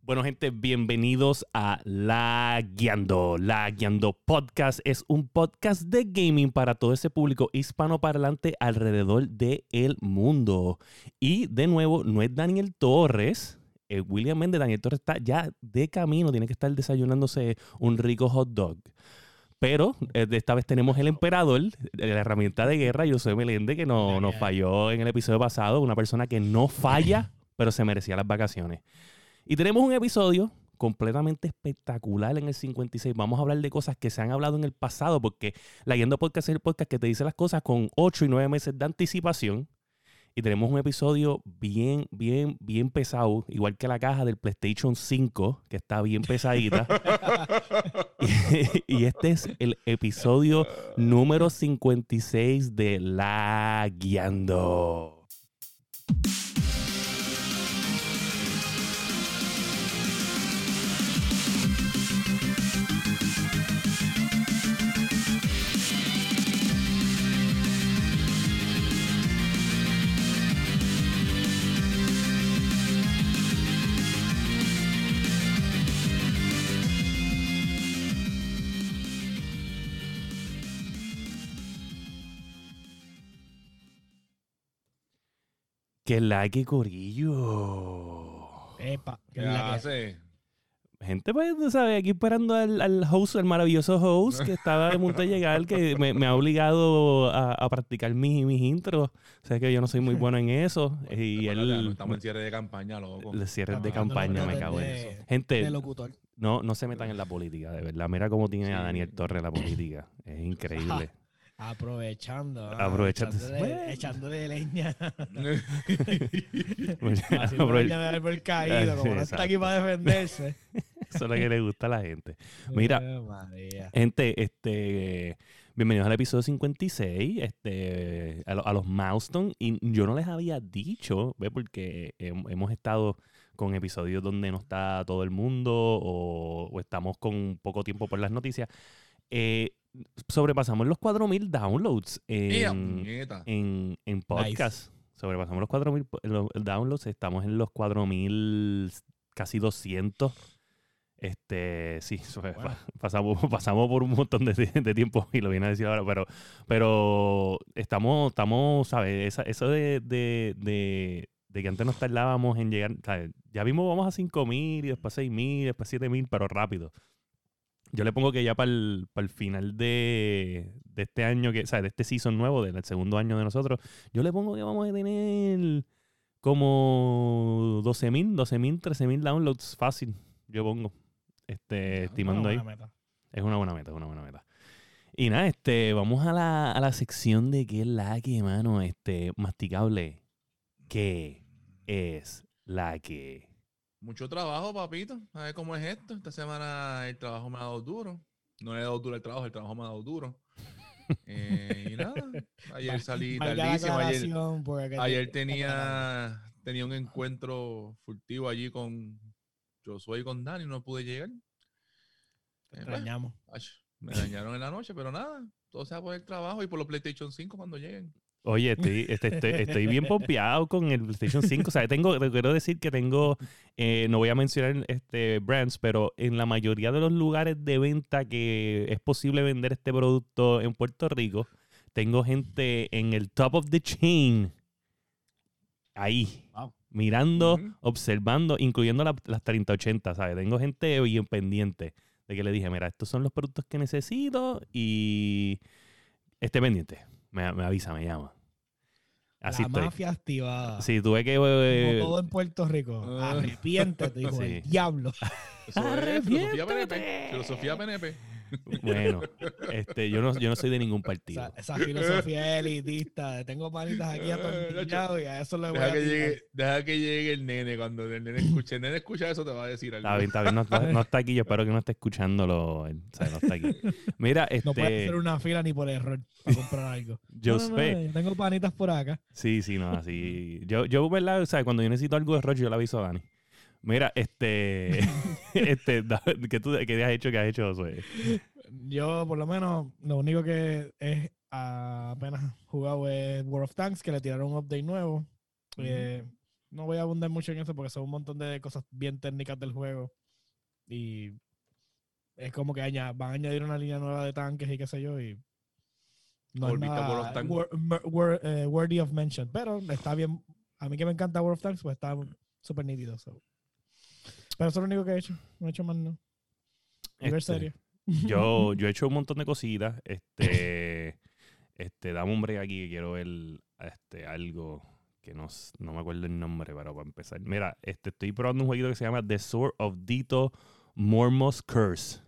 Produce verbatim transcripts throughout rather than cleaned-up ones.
Bueno, gente, bienvenidos a La Guiando. La Guiando Podcast es un podcast de gaming para todo ese público hispanoparlante alrededor del mundo. Y de nuevo, no es Daniel Torres. Eh, William Méndez, Daniel Torres está ya de camino, tiene que estar desayunándose un rico hot dog. Pero eh, de esta vez tenemos el emperador, la herramienta de guerra, Josué Meléndez, que no, nos falló en el episodio pasado. Una persona que no falla, pero se merecía las vacaciones. Y tenemos un episodio completamente espectacular en el cincuenta y seis. Vamos a hablar de cosas que se han hablado en el pasado, porque La Guiando Podcast es el podcast que te dice las cosas con ocho y nueve meses de anticipación. Y tenemos un episodio bien, bien, bien pesado, igual que la caja del PlayStation cinco, que está bien pesadita. y, y este es el episodio número cincuenta y seis de La Guiando. ¡Qué like, corillo! Epa, ¿Qué es la que- hace? Gente, pues, tú sabes, aquí esperando al, al host, al maravilloso host que estaba de punto de llegar, que me, me ha obligado a, a practicar mis, mis intros. O sea que yo no soy muy bueno en eso. Y Acuérdate, no él... estamos en cierre de campaña, loco. Los cierres de Estamos campaña, hablando me de- cago en de- eso. Gente, de locutor. no, no se metan en la política, de verdad. Mira cómo tiene a Sí. Daniel Torres la política. Es increíble. Aprovechando. ah, Aprovechando. Echándole, Bueno. echándole leña. Pues, Haciendo aprove- leña de árbol caído. Como no está Exacto. aquí para defenderse. Eso es lo que le gusta a la gente. Mira, Eh, María. gente, este, bienvenidos al episodio cincuenta y seis, este, a, lo- a los Milestone. Y yo no les había dicho, ¿ve? Porque hem- hemos estado con episodios donde no está todo el mundo o, o estamos con poco tiempo por las noticias. Eh, sobrepasamos los cuatro mil downloads Mira, en, puñeta. en, en podcast. Sobrepasamos los cuatro mil downloads, estamos en los cuatro mil, casi doscientos. Este, sí, sobre- Bueno. pa- pasamos, pasamos por un montón de, de tiempo y lo vine a decir ahora, pero, pero estamos, estamos, ¿sabes? Esa, eso de, de, de, de que antes nos tardábamos en llegar, ¿sabes? Ya vimos, vamos a cinco mil y después seis mil, después siete mil, pero rápido. Yo le pongo que ya para el, para el final de, de este año, que, ¿sabes? De este season nuevo, del segundo año de nosotros, yo le pongo que vamos a tener como doce mil, doce mil, trece mil downloads fácil, yo pongo. Este, estimando Una ahí. buena meta. Es una buena meta, es una buena meta. Y nada, este, vamos a la, a la sección de qué es la que, mano, este, masticable. ¿Qué es la que? Mucho trabajo, papito. A ver cómo es esto. Esta semana el trabajo me ha dado duro. No le he dado duro el trabajo, el trabajo me ha dado duro. Eh, y nada. Ayer salí Valga la tardísimo. Ayer, aclaración, porque te- ayer te- tenía, tenía un encuentro furtivo allí con Josué y con Dani. No pude llegar. te Eh, pues, extrañamos. ach, me dañaron en la noche, pero nada. Todo sea por el trabajo y por los PlayStation cinco cuando lleguen. Oye, estoy, este, estoy, estoy bien pompeado con el PlayStation cinco. O sea, tengo, te quiero decir que tengo, eh, no voy a mencionar este brands, pero en la mayoría de los lugares de venta que es posible vender este producto en Puerto Rico, tengo gente en el top of the chain. Ahí. Wow. Mirando, Ujú. observando, incluyendo la- las treinta ochenta, ¿sabes? Tengo gente bien pendiente de que le dije, mira, estos son los productos que necesito y esté pendiente. Me, me avisa, me llama. Así la estoy. mafia activada. Sí, tuve que... Como eh, todo en Puerto Rico. Ah. Arrepiéntete, hijo Sí. del diablo. Eso es filosofía P N ¡Arrepiéntete! P. Filosofía P N P. bueno, este, yo, no, yo no soy de ningún Esa, partido. esa filosofía elitista de tengo manitas aquí atornilladas y a eso le voy Deja a que, tirar. llegue, deja que llegue el nene. Cuando el nene escuche, el nene escucha eso, te va a decir algo. Está bien, está bien. No está, no está aquí. Yo espero que no esté escuchándolo. él, O sea, no está aquí. Mira, No puedes este... hacer una fila ni por error para comprar algo. Yo No, no, sé. no, yo tengo panitas por acá. Sí, sí, no, así. Yo, yo, ¿verdad? O sea, cuando yo necesito algo de Roche, yo le aviso a Dani. Mira, este... este da- ¿qué, tú, ¿Qué has hecho? ¿Qué has hecho, Josué? Yo, por lo menos, lo único que es ah, apenas jugado es World of Tanks, que le tiraron un update nuevo. Eh, no voy a abundar mucho en eso porque son un montón de cosas bien técnicas del juego. Y es como que aña- van a añadir una línea nueva de tanques y qué sé yo. Y no es Volviste a World of nada Tanks. wor- mer- wor- eh, worthy of mention. Pero está bien. A mí que me encanta World of Tanks, pues está súper nítido. So. Pero eso es lo único que he hecho. No he hecho más nada. Y ver Este, series. yo, yo he hecho un montón de cositas. Este, este, dame un break aquí que quiero ver este, algo que no, s- no me acuerdo el nombre, pero para empezar. Mira, este, estoy probando un jueguito que se llama The Sword of Dito Mormos Curse.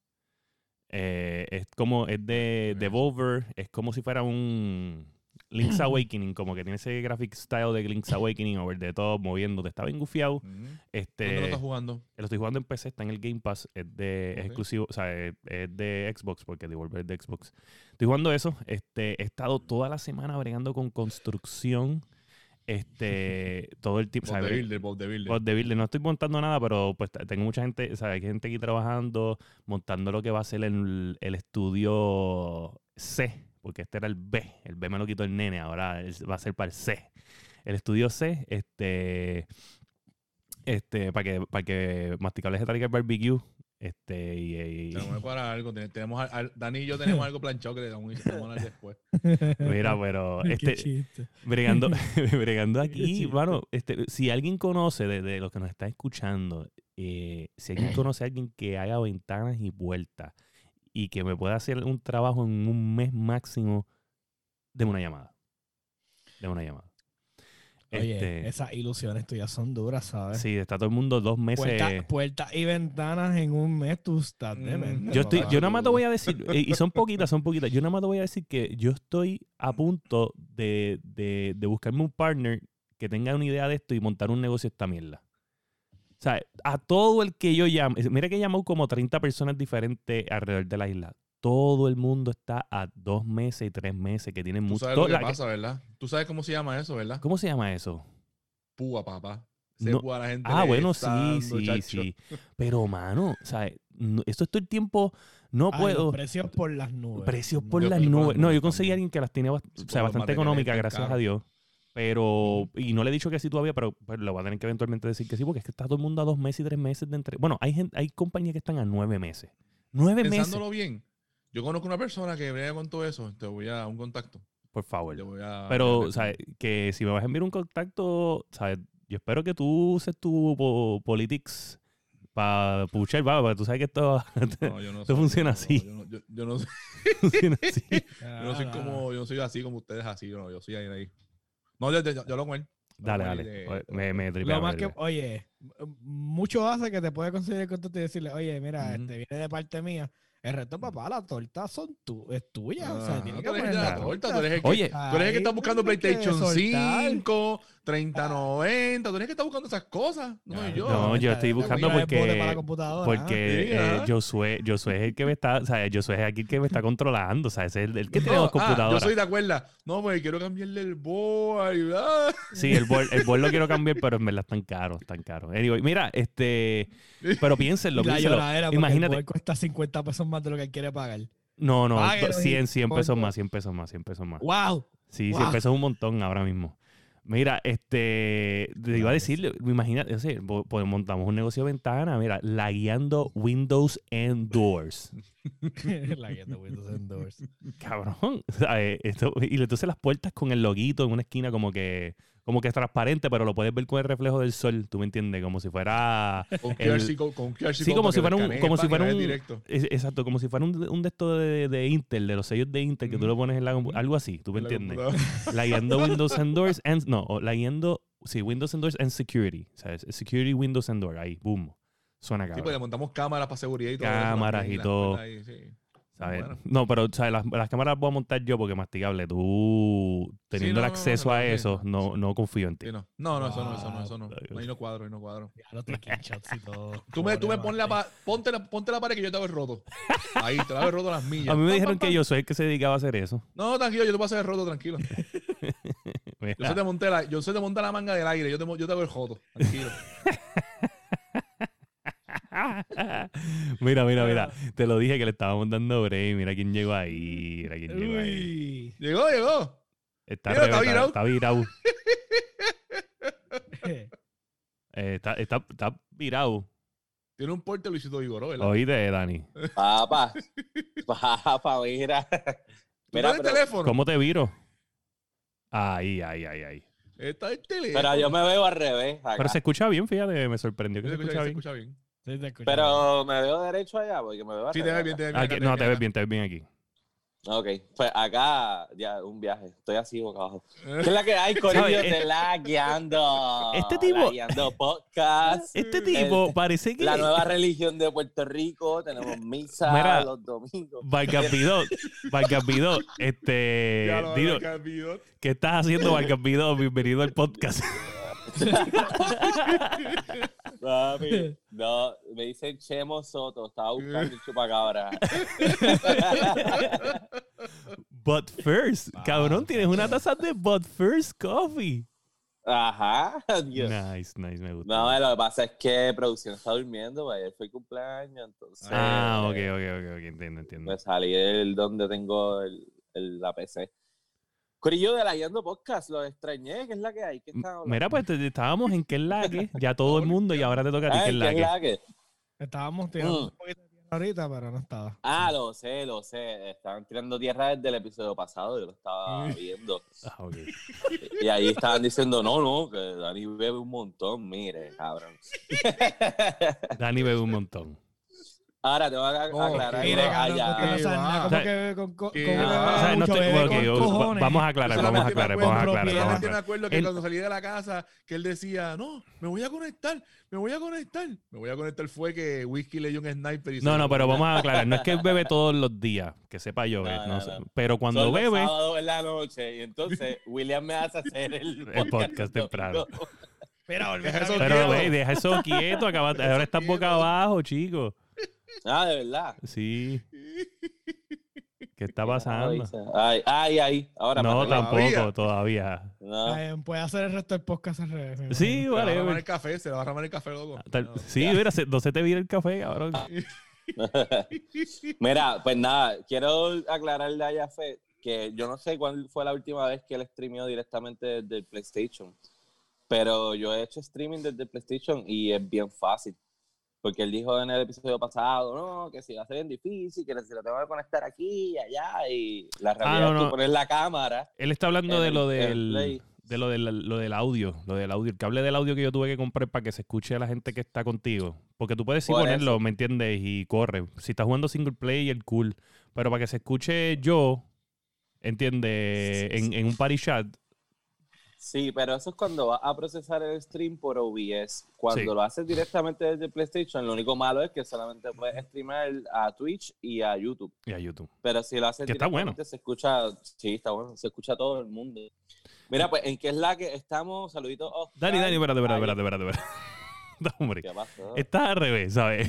Eh, es como, es de Devolver, es como si fuera un Link's Awakening, como que tiene ese graphic style de Link's Awakening, over the top, moviéndote. Está bien gufiado. Ujú. Este, ¿Dónde lo estás jugando? lo estoy jugando en P C, está en el Game Pass, es de es Ok. exclusivo, o sea, es, es de Xbox, porque Devolver es de Xbox. Estoy jugando eso, este, he estado toda la semana bregando con construcción, este, todo el tiempo, o sea, Bob de bre- Builder, Bob de Builder. Bob de Builder. No estoy montando nada, pero pues t- tengo mucha gente, o sea, hay gente aquí trabajando, montando lo que va a ser el, el estudio C, porque este era el B, el B me lo quitó el nene, ahora es- va a ser para el C. El estudio C, este, este, para que, para que Masticable se traiga el barbecue, este, y, y- Tenemos que para algo. ten- Tenemos, al- al- Dani y yo tenemos algo planchado que le damos a hablar después. mira, pero Qué este, chiste. bregando, bregando aquí, chiste. bueno, este, si alguien conoce de, de los que nos está escuchando, eh, si alguien conoce a alguien que haga ventanas y puertas y que me pueda hacer un trabajo en un mes máximo, deme una llamada. Deme una llamada. Oye, Este, esas ilusiones tuyas son duras, ¿sabes? sí, está todo el mundo dos meses. Puertas puerta y ventanas en un mes, tú estás Mm, demente. Yo estoy, papá. yo nada más te voy a decir, y y son poquitas, son poquitas. Yo nada más te voy a decir que yo estoy a punto de, de, de buscarme un partner que tenga una idea de esto y montar un negocio de esta mierda. O sea, a todo el que yo llamo, mira que he llamado como treinta personas diferentes alrededor de la isla. Todo el mundo está a dos meses y tres meses que tienen Tú mucho. sabes todo- lo que la- pasa, ¿verdad? Tú sabes cómo se llama eso, ¿verdad? ¿Cómo se llama eso? Púa, papá. Ese No- púa a la gente Ah, le bueno, está sí, dando, sí, chacho. sí. Pero, mano, o sea, no- esto es todo el tiempo. No Ay, puedo. los precios por las nubes. Precios No, por Yo las estoy por las nubes. No, nubes yo conseguí a también. alguien que las tiene bast- Sí, o sea, todos los bastante materiales económicas, están gracias a caros. Dios. Pero, Ujú. y no le he dicho que sí todavía, pero pues, le voy a tener que eventualmente decir que sí, porque es que está todo el mundo a dos meses y tres meses de entre. Bueno, hay gente, hay compañías que están a nueve meses. Nueve meses. Pensándolo bien, yo conozco una persona que brega con todo eso. Te voy a un contacto. Por favor. Te voy a Pero, voy a o sea, que si me vas a enviar un contacto, ¿sabes? Yo espero que tú uses tu po- politics para puchar, va, porque tú sabes que esto No, yo no esto soy- funciona no, así. Yo no, yo- yo no soy, funciona así. yo no soy Ah, como, yo no soy así como ustedes así, no, yo soy ahí, ahí. No, yo, yo, yo, yo lo con él. Yo Dale, hablo con él dale. de- Oye, de- Me, me tripea, Lo me más que, tripea. oye, m- mucho hace que te puede conseguir el contacto y decirle, oye, mira, Ujú. este viene de parte mía. El resto, papá, las tortas son tu, es tuya. O sea, Ajá, tienes tú que eres poner el de la la torta, torta. tú eres el que, Oye, tú eres el que está Ahí buscando tienes que PlayStation soltar. cinco, treinta noventa, tú eres el que está buscando esas cosas, no soy yo. No, yo estoy Te voy a buscando llevar el bote porque- para la computadora, Porque Sí, eh, ajá. Josué, Josué es el que me está, o sea, Josué es aquí el que me está controlando, o sea, es el, el que tiene No, dos ah, yo computadoras. soy de acuerdo. No, pues quiero cambiarle el board y bla. Sí, el board, el board lo quiero cambiar, pero en verdad están caros, están caros. Anyway, mira, este, pero piénsenlo, Y la piénsenlo. lloradera, porque Imagínate, el boy cuesta cincuenta pesos más de lo que él quiere pagar. no, no, Páguelo, cien, cien pesos coño. más, cien pesos más, cien pesos más. ¡Wow! Sí, Wow. cien pesos es un montón ahora mismo. Mira, este, te iba a Claro que decir, imagínate, o sea, po- po- montamos un negocio de ventana, mira, lagueando Windows and Doors. La guía de Windows and Doors. Cabrón. ¿Sabes? Esto, y entonces las puertas con el loguito en una esquina como que como que es transparente, pero lo puedes ver con el reflejo del sol, ¿tú me entiendes? Como si fuera... Con El- Q R C, con, con Q R C Sí, code como para si que fuera lo un- escanees como para si que fuera veas un- directo. es- exacto, como si fuera un, un de estos de, de Intel, de los sellos de Intel, que tú lo pones en la... compu- Ujú. Algo así, ¿tú me En la entiendes? computadora. La guiando Windows and Doors and... No, o la guiando... Sí, Windows and Doors and Security, ¿sabes? Security, Windows and Doors, ahí, boom. Suena Sí, pues cabrón. le montamos cámaras para seguridad y todo. eso Cámaras también, y las todo. cuerdas ahí, sí. ¿Sabes? Bueno. No, pero ¿sabes? Las, las cámaras las voy a montar yo porque masticable. Tú teniendo no, el no, acceso no, a no, eso, sí. no, no confío en ti. Sí, no. No, no, eso no, eso no, eso no. Wow. Ahí no cuadro, ahí no cuadro. Ya lo taking shots y todo. Tú me, tú me Pobre pones la, Mate. pa- ponte, la, ponte la pared que yo te hago el roto. Ahí, te la hago el roto a las millas. A mí me Pam, dijeron pam, que pam. yo soy el que se dedicaba a hacer eso. No, tranquilo, yo te voy a hacer el roto, tranquilo. Mira. Yo se te monté la, yo se te monté la manga del aire, yo te, mo- yo te hago el joto, tranquilo. mira, mira, mira. Te lo dije que le estábamos dando break. Mira quién llegó ahí. Mira quién llegó ahí. Uy. Llegó, llegó. Está, Mira, reventado, está virado. está virado. Eh, está, está, está virado. Tiene un porte Luisito Vigoró, ¿verdad? Oíste, Dani. Papá. Papá, mira. ¿Tú Mira, tienes el pero, teléfono? ¿Cómo te viro? Ahí, ahí, ahí, ahí. Está el teléfono. pero yo me veo al revés acá. Pero se escucha bien, fíjate, me sorprendió que Se se, escucha, escucha bien, se bien. escucha bien. Sí, te escucho. Pero me veo derecho allá porque me veo al Sí, te revés ves bien, acá. te ves bien. Aquí- acá, no, te ves acá. bien, te ves bien aquí. Ok, pues acá ya un viaje. Estoy así boca abajo. ¿Qué es la que hay, Corillo? ¿Sabes? De la guiando. Este tipo- La guiando podcast. Este tipo El- parece que... La nueva religión de Puerto Rico. Tenemos misa Mira, los domingos. Vargas Vidot, Vargas Vidot, este... Ya lo Dino, de acá, video. ¿qué estás haciendo, Vargas Vidot? Bienvenido al podcast. Papi, no, me dicen Chemo Soto. Estaba buscando el chupacabra. But First, cabrón, tienes una taza de But First Coffee. Ajá. Dios. Nice, nice, me gusta. No, lo que pasa es que producción está durmiendo, pues, ayer fue el cumpleaños, entonces Ah, ok, eh, ok, ok, ok, entiendo, entiendo. me salí del donde tengo el, el- la P C. Corillo de la Guiando Podcast, lo extrañé, ¿qué es la que hay? ¿Qué están hablando? Mira, pues te- estábamos en qué es la que, ya todo el mundo, y ahora te toca a ti qué Ay, es ¿qué la es que. la que? Estábamos tirando Mm. un poquito de tierra ahorita, pero no estaba. Ah, lo sé, lo sé. Estaban tirando tierra desde el episodio pasado, yo lo estaba viendo. Ah, ok. Y ahí estaban diciendo, no, no, que Dani bebe un montón, mire, cabrón. Dani bebe un montón. Ahora te voy a ac- Oh, aclarar. Mire, algo. cabrón, Ah, que usted no ya. sabe nada. va. ¿Cómo O sea, que bebe con co- que- cómo que ah, bebe O sea, no mucho? estoy- Bebe ok, con va- cojones. vamos a aclarar, Yo vamos a solamente me aclarar, acuerdo- vamos a aclarar, propiedad. vamos a solamente me aclarar. acuerdo que Él- cuando salí de la casa, que él decía, no, me voy a conectar, me voy a conectar. Me voy a conectar fue que Whisky le dio un sniper y se No, lo- no, pero vamos a aclarar. No es que él bebe todos los días, que sepa yo, No, eh, no no, sé. no. Pero cuando Son los bebe, sábados en la noche y entonces William me hace hacer el podcast, El podcast temprano. Mira, volví a Eso ver. pero quieto. ve, deja eso quieto, acaba, ahora estás boca quieto. abajo, chico. Ah, de verdad. Sí. ¿Qué está Ah, pasando? dice. Ay, ay, ay. Ahora No, me arreglé. tampoco, Todavía. todavía. No. Ay, puede hacer el resto del podcast al revés. me Sí, imagino. Se le va a vale. ramar vale. el café, se le va a ramar el café, loco. Tal- No. Sí, mira, se- no se te vira el café, cabrón. Mira, pues nada, quiero aclararle a Jafet que yo no sé cuál fue la última vez que él streameó directamente desde el PlayStation, pero yo he hecho streaming desde el PlayStation y es bien fácil. Porque él dijo en el episodio pasado, no, que si va a ser bien difícil, que si lo tengo que conectar aquí y allá, y la realidad no, es que no. poner la cámara. Él está hablando En de el- lo en el del Play. de lo del, lo del audio, lo del audio, el cable del audio que yo tuve que comprar para que se escuche a la gente que está contigo. Porque tú puedes sí Por ponerlo, eso. ¿me entiendes? Y corre. Si estás jugando single player, cool. Pero para que se escuche yo, ¿entiendes? En, en un party chat. Sí, pero eso es cuando vas a procesar el stream por O B S. Cuando Sí. lo haces directamente desde PlayStation, lo único malo es que solamente puedes streamar a Twitch y a YouTube. Y a YouTube. Pero si lo haces Que está directamente, bueno. se escucha, sí, está bueno, se escucha a todo el mundo. Mira, pues, ¿en qué es la que estamos? Saluditos. Oscar. Dani, Dani, espérate, espérate, Ay, espérate, espérate. espérate. No, hombre. ¿Qué pasó? Estás al revés, ¿sabes?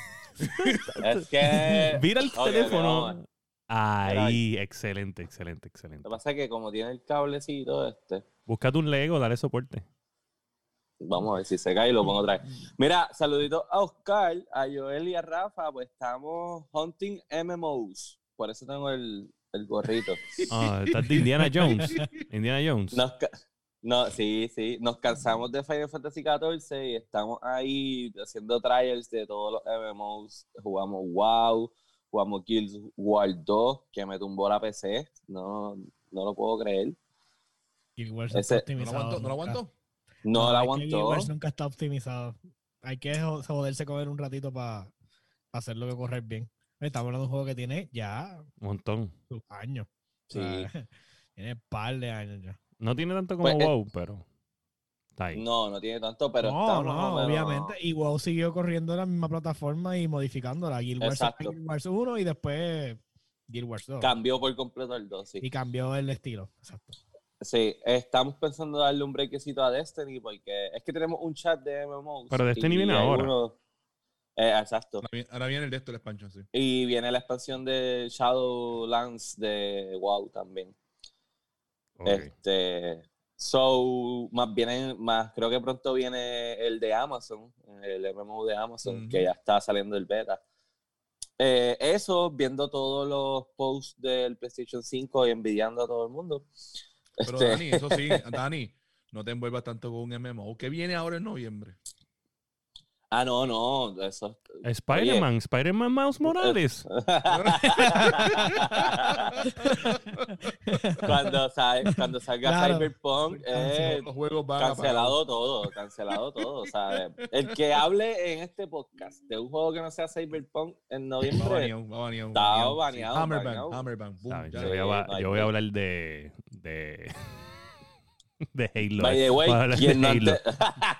Es que... Mira el Ok, ok, teléfono. vamos a ver. Ahí, excelente, excelente, Lo excelente. que pasa es que como tiene el cablecito este, Búscate un Lego, dale soporte. vamos a ver si se cae y lo pongo otra vez. Mira, saluditos a Oscar, a Joel y a Rafa, pues estamos hunting M M Os. Por eso tengo el, el gorrito. Ah, estás de Indiana Jones. Indiana Jones. Nos ca- no, sí, sí. Nos cansamos de Final Fantasy catorce y estamos ahí haciendo trials de todos los M M Os. Jugamos WoW, jugamos Guild Wars dos, que me tumbó la P C. No, no lo puedo creer. Guild Wars Ese- está ¿No lo optimizado. aguantó? ¿No lo nunca. aguantó? No la es que Guild aguantó. Wars nunca está optimizado. Hay que jo- joderse con él un ratito para hacerlo que correr bien. Estamos hablando de un juego que tiene ya Un montón. sus años. Sí. O sea, tiene un par de años ya. No tiene tanto como Pues, eh, WoW, pero está ahí. No, no tiene tanto, pero no, está no, más o menos- obviamente. Y WoW siguió corriendo en la misma plataforma y modificándola. Guild Wars, Exacto. Guild Wars uno y después Guild Wars dos. Cambió por completo el dos, sí. Y cambió el estilo. Exacto. Sí, estamos pensando darle un breakcito a Destiny porque es que tenemos un chat de M M Os. Pero Destiny y viene hay ahora. uno- Eh, exacto. Ahora viene- Ahora viene el de esto, el expansion, sí. Y viene la expansión de Shadowlands de WoW también. Ok. Este, so, más viene, más creo que pronto viene el de Amazon, el M M O de Amazon, Ujú. que ya está saliendo el beta. Eh, eso, viendo todos los posts del PlayStation cinco y envidiando a todo el mundo. Pero Este, Dani, eso sí, Dani, no te envuelvas tanto con un M M O. ¿Qué viene ahora en noviembre? Ah, no, no, eso. Spider-Man, Spider-Man Miles Morales. cuando, sal, cuando salga Claro. Cyberpunk, eh, Los juegos van cancelado todo, cancelado todo, ¿sabes? El que hable en este podcast de un juego que no sea Cyberpunk en noviembre, baneado, va baneado, está baneado. baneado, Sí. Hammerbank, baneado. Hammerbank, boom, ¿Sabes? ya. Yo voy a, va- no hay yo voy a break. hablar de, de, de Halo. By the Voy way, a hablar de quien no Halo. ante-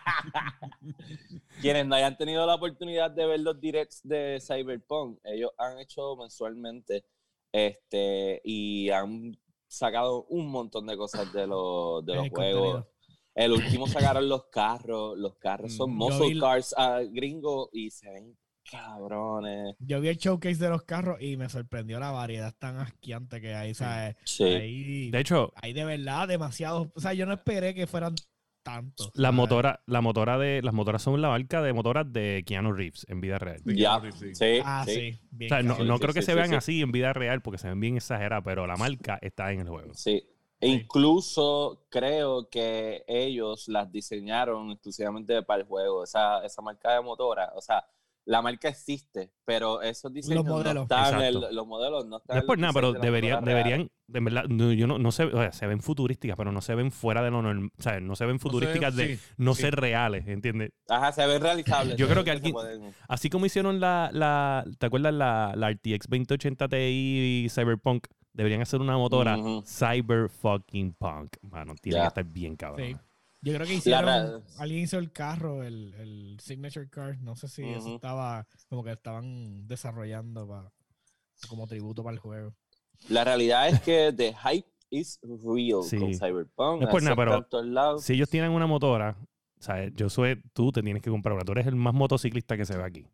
quienes no hayan tenido la oportunidad de ver los directs de Cyberpunk, ellos han hecho mensualmente este y han sacado un montón de cosas de los, de los El juegos. contenido. El último sacaron los carros, los carros son Mm. Yo muscle vi- cars ah, gringos y se ven cabrones. Yo vi el showcase de los carros y me sorprendió la variedad tan asqueante que hay, ¿sabes? Sí. Hay, De hecho, hay de verdad demasiados. O sea, yo no esperé que fueran tantos. la ¿sabes? motora, la motora de, las motoras son la marca de motoras de Keanu Reeves en vida real. De Ya, Keanu Reeves, sí. sí, Ah, sí. sí. Bien O sea, no, cabrón. no Sí, creo sí, que sí, se sí, vean sí. así en vida real porque se ven bien exageradas, pero la marca está en el juego. Sí. E incluso creo que ellos las diseñaron exclusivamente para el juego, esa, esa marca de motora. O sea, la marca existe, pero esos diseños no modelos. están en Exacto. los modelos no están No es en por los nada, pero diseños de las deberían, motoras reales. deberían, de verdad, no, yo no, no se, o sea, se ven futurísticas, pero no se ven fuera de lo normal, o sea, no se ven No se ven- futurísticas de sí, no sí. ser reales, ¿entiendes? Ajá, se ven realizables. Yo se creo ven que se alguien- pueden- Así como hicieron la, la ¿te acuerdas la, la R T X veinte ochenta Ti y Cyberpunk? Deberían hacer una motora Ujú. Cyber fucking Punk. Mano, tiene Ya. que estar bien cabrón. Sí. Yo creo que hicieron. ra- Alguien hizo el carro, el, el Signature Car. No sé si eso Ujú. estaba. Como que estaban desarrollando pa- como tributo para el juego. La realidad es que the hype is real Sí. con Cyberpunk. No es por eso nada, pero está en todos lados. Si ellos tienen una motora, o sea, yo soy, tú te tienes que comprar una. Tú eres el más motociclista que se ve aquí.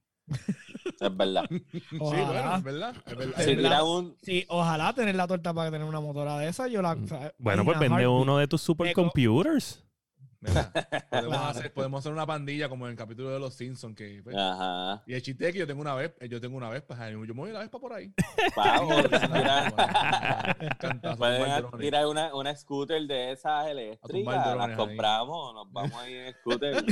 Es verdad. Sí, Ojalá. bueno, es verdad. Es verdad. Si Es verdad. tiran un, Sí, ojalá tener la torta para tener una motora de esa. Yo la. o sea, Bueno, in pues a vende heartbeat. uno de tus supercomputers. Mira, podemos, Claro. hacer, podemos hacer una pandilla como en el capítulo de los Simpsons que pues, ajá. y el chiste es que yo tengo una Vespa, yo tengo una Vespa, yo me voy a la Vespa por ahí. Vamos, tirar, Cantazo, pueden tumbar drones. tirar una, una scooter de esas tumbar eléctricas, drones las ahí. compramos, nos vamos ahí en scooter.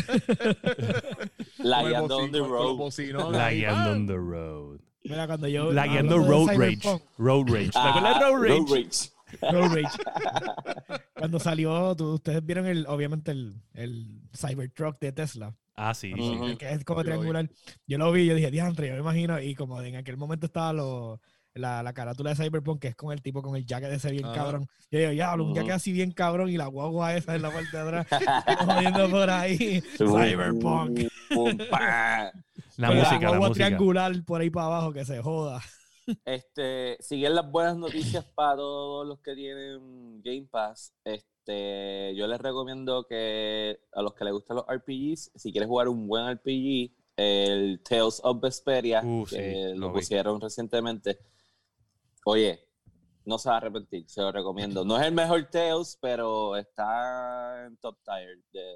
Con La el guiando on bocino- the con los road. bocinones La ahí, guiando ¡pam! on the road. Mira, cuando yo. La guiando hablando de road rage. Cyberpunk, Road rage. ¿Te acuerdas de Ah, road rage? road rage. Road Rage. Cuando salió, tú- ustedes vieron el, obviamente el, el Cybertruck de Tesla, Ah, sí. Ujú. sí. Ujú. el que es como Yo lo vi. triangular. Yo lo vi, yo dije, diantre, yo me imagino, y como en aquel momento estaba lo, la, la carátula de Cyberpunk, que es con el tipo con el jacket ese bien Ajá. cabrón. Yo digo, ya, un Ujú. jacket así bien cabrón y la guagua esa en la parte de atrás, jodiendo por ahí. Cyberpunk. Pum, pa. La Con música, la guagua música. triangular por ahí para abajo, que se joda. Este, siguen las buenas noticias para todos los que tienen Game Pass. Este, yo les recomiendo que a los que les gustan los R P Gs, si quieres jugar un buen R P G, el Tales of Vesperia, Uh, sí, que lo lo vi. pusieron recientemente. Oye, no se va a arrepentir, se lo recomiendo. No es el mejor Tales, pero está en top tier de,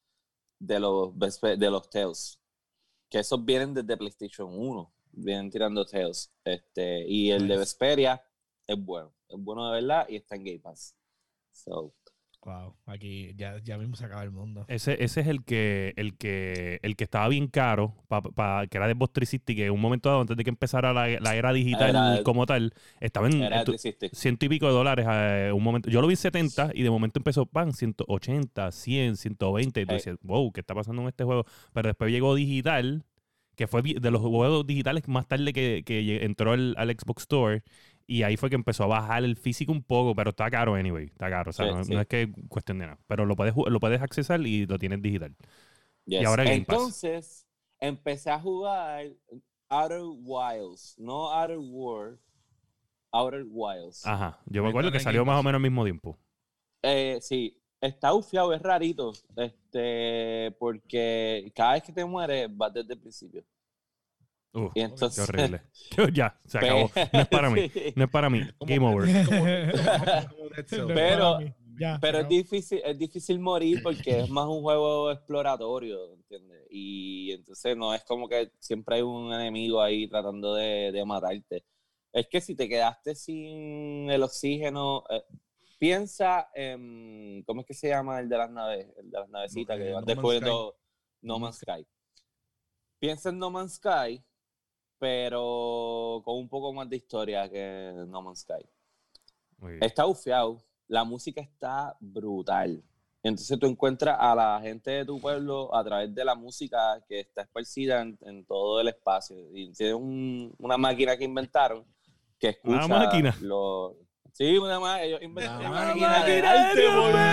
de los Vespe- de los Tales. Que esos vienen desde PlayStation uno. Vienen tirando Tales. Este, y el de Nice. Vesperia es bueno. Es bueno de verdad y está en Game Pass. So, Wow, aquí ya, ya mismo se acaba el mundo. Ese, ese es el que, el que, el que estaba bien caro, pa, pa- que era de Xbox trescientos sesenta y que en un momento dado, antes de que empezara la, la era digital Era- como tal, estaba en era en tu- trescientos sesenta. ciento y pico de dólares. eh, un momento, yo lo vi en setenta y de momento empezó, pan, ciento ochenta, cien, ciento veinte. Y tú Hey. decías, wow, ¿qué está pasando en este juego? Pero después llegó digital, que fue vi- de los juegos digitales más tarde que, que lle- entró al, al Xbox Store. Y ahí fue que empezó a bajar el físico un poco, pero está caro anyway, está caro. O sea, Sí, no, sí. no es que cuestión de nada. Pero lo puedes, ju- lo puedes accesar y lo tienes digital. Yes. Y ahora Game Pass. Entonces, empecé a jugar Outer Wilds. No Outer World. Outer Wilds. Ajá. Yo me Ahí acuerdo está que en salió Game más o Pass. menos al mismo tiempo. Eh, sí, está ufiado, es rarito. Este, porque cada vez que te mueres, vas desde el principio. Uf, Y entonces, qué horrible. ya, se acabó. No es para mí. Sí. No es para mí. Como- Game over. como- como Dead Cells. Pero- Ya, Pero se es acabó. difícil, es difícil morir porque es más un juego exploratorio, ¿entiendes? Y entonces no es como que siempre hay un enemigo ahí tratando de, de matarte. Es que si te quedaste sin el oxígeno, eh, piensa en, ¿cómo es que se llama el de las naves? El de las navecitas No, que eh, van No Man's descubriendo No Man's Sky. Piensa en No Man's Sky, pero con un poco más de historia que No Man's Sky. Muy bien. Está bufiado, la música está brutal. Entonces tú encuentras a la gente de tu pueblo a través de la música que está esparcida en, en todo el espacio. Y tiene un, una máquina que inventaron que escucha ¿Una máquina? los... Sí, una máquina. Ellos inventaron La una máquina máquina de de arte,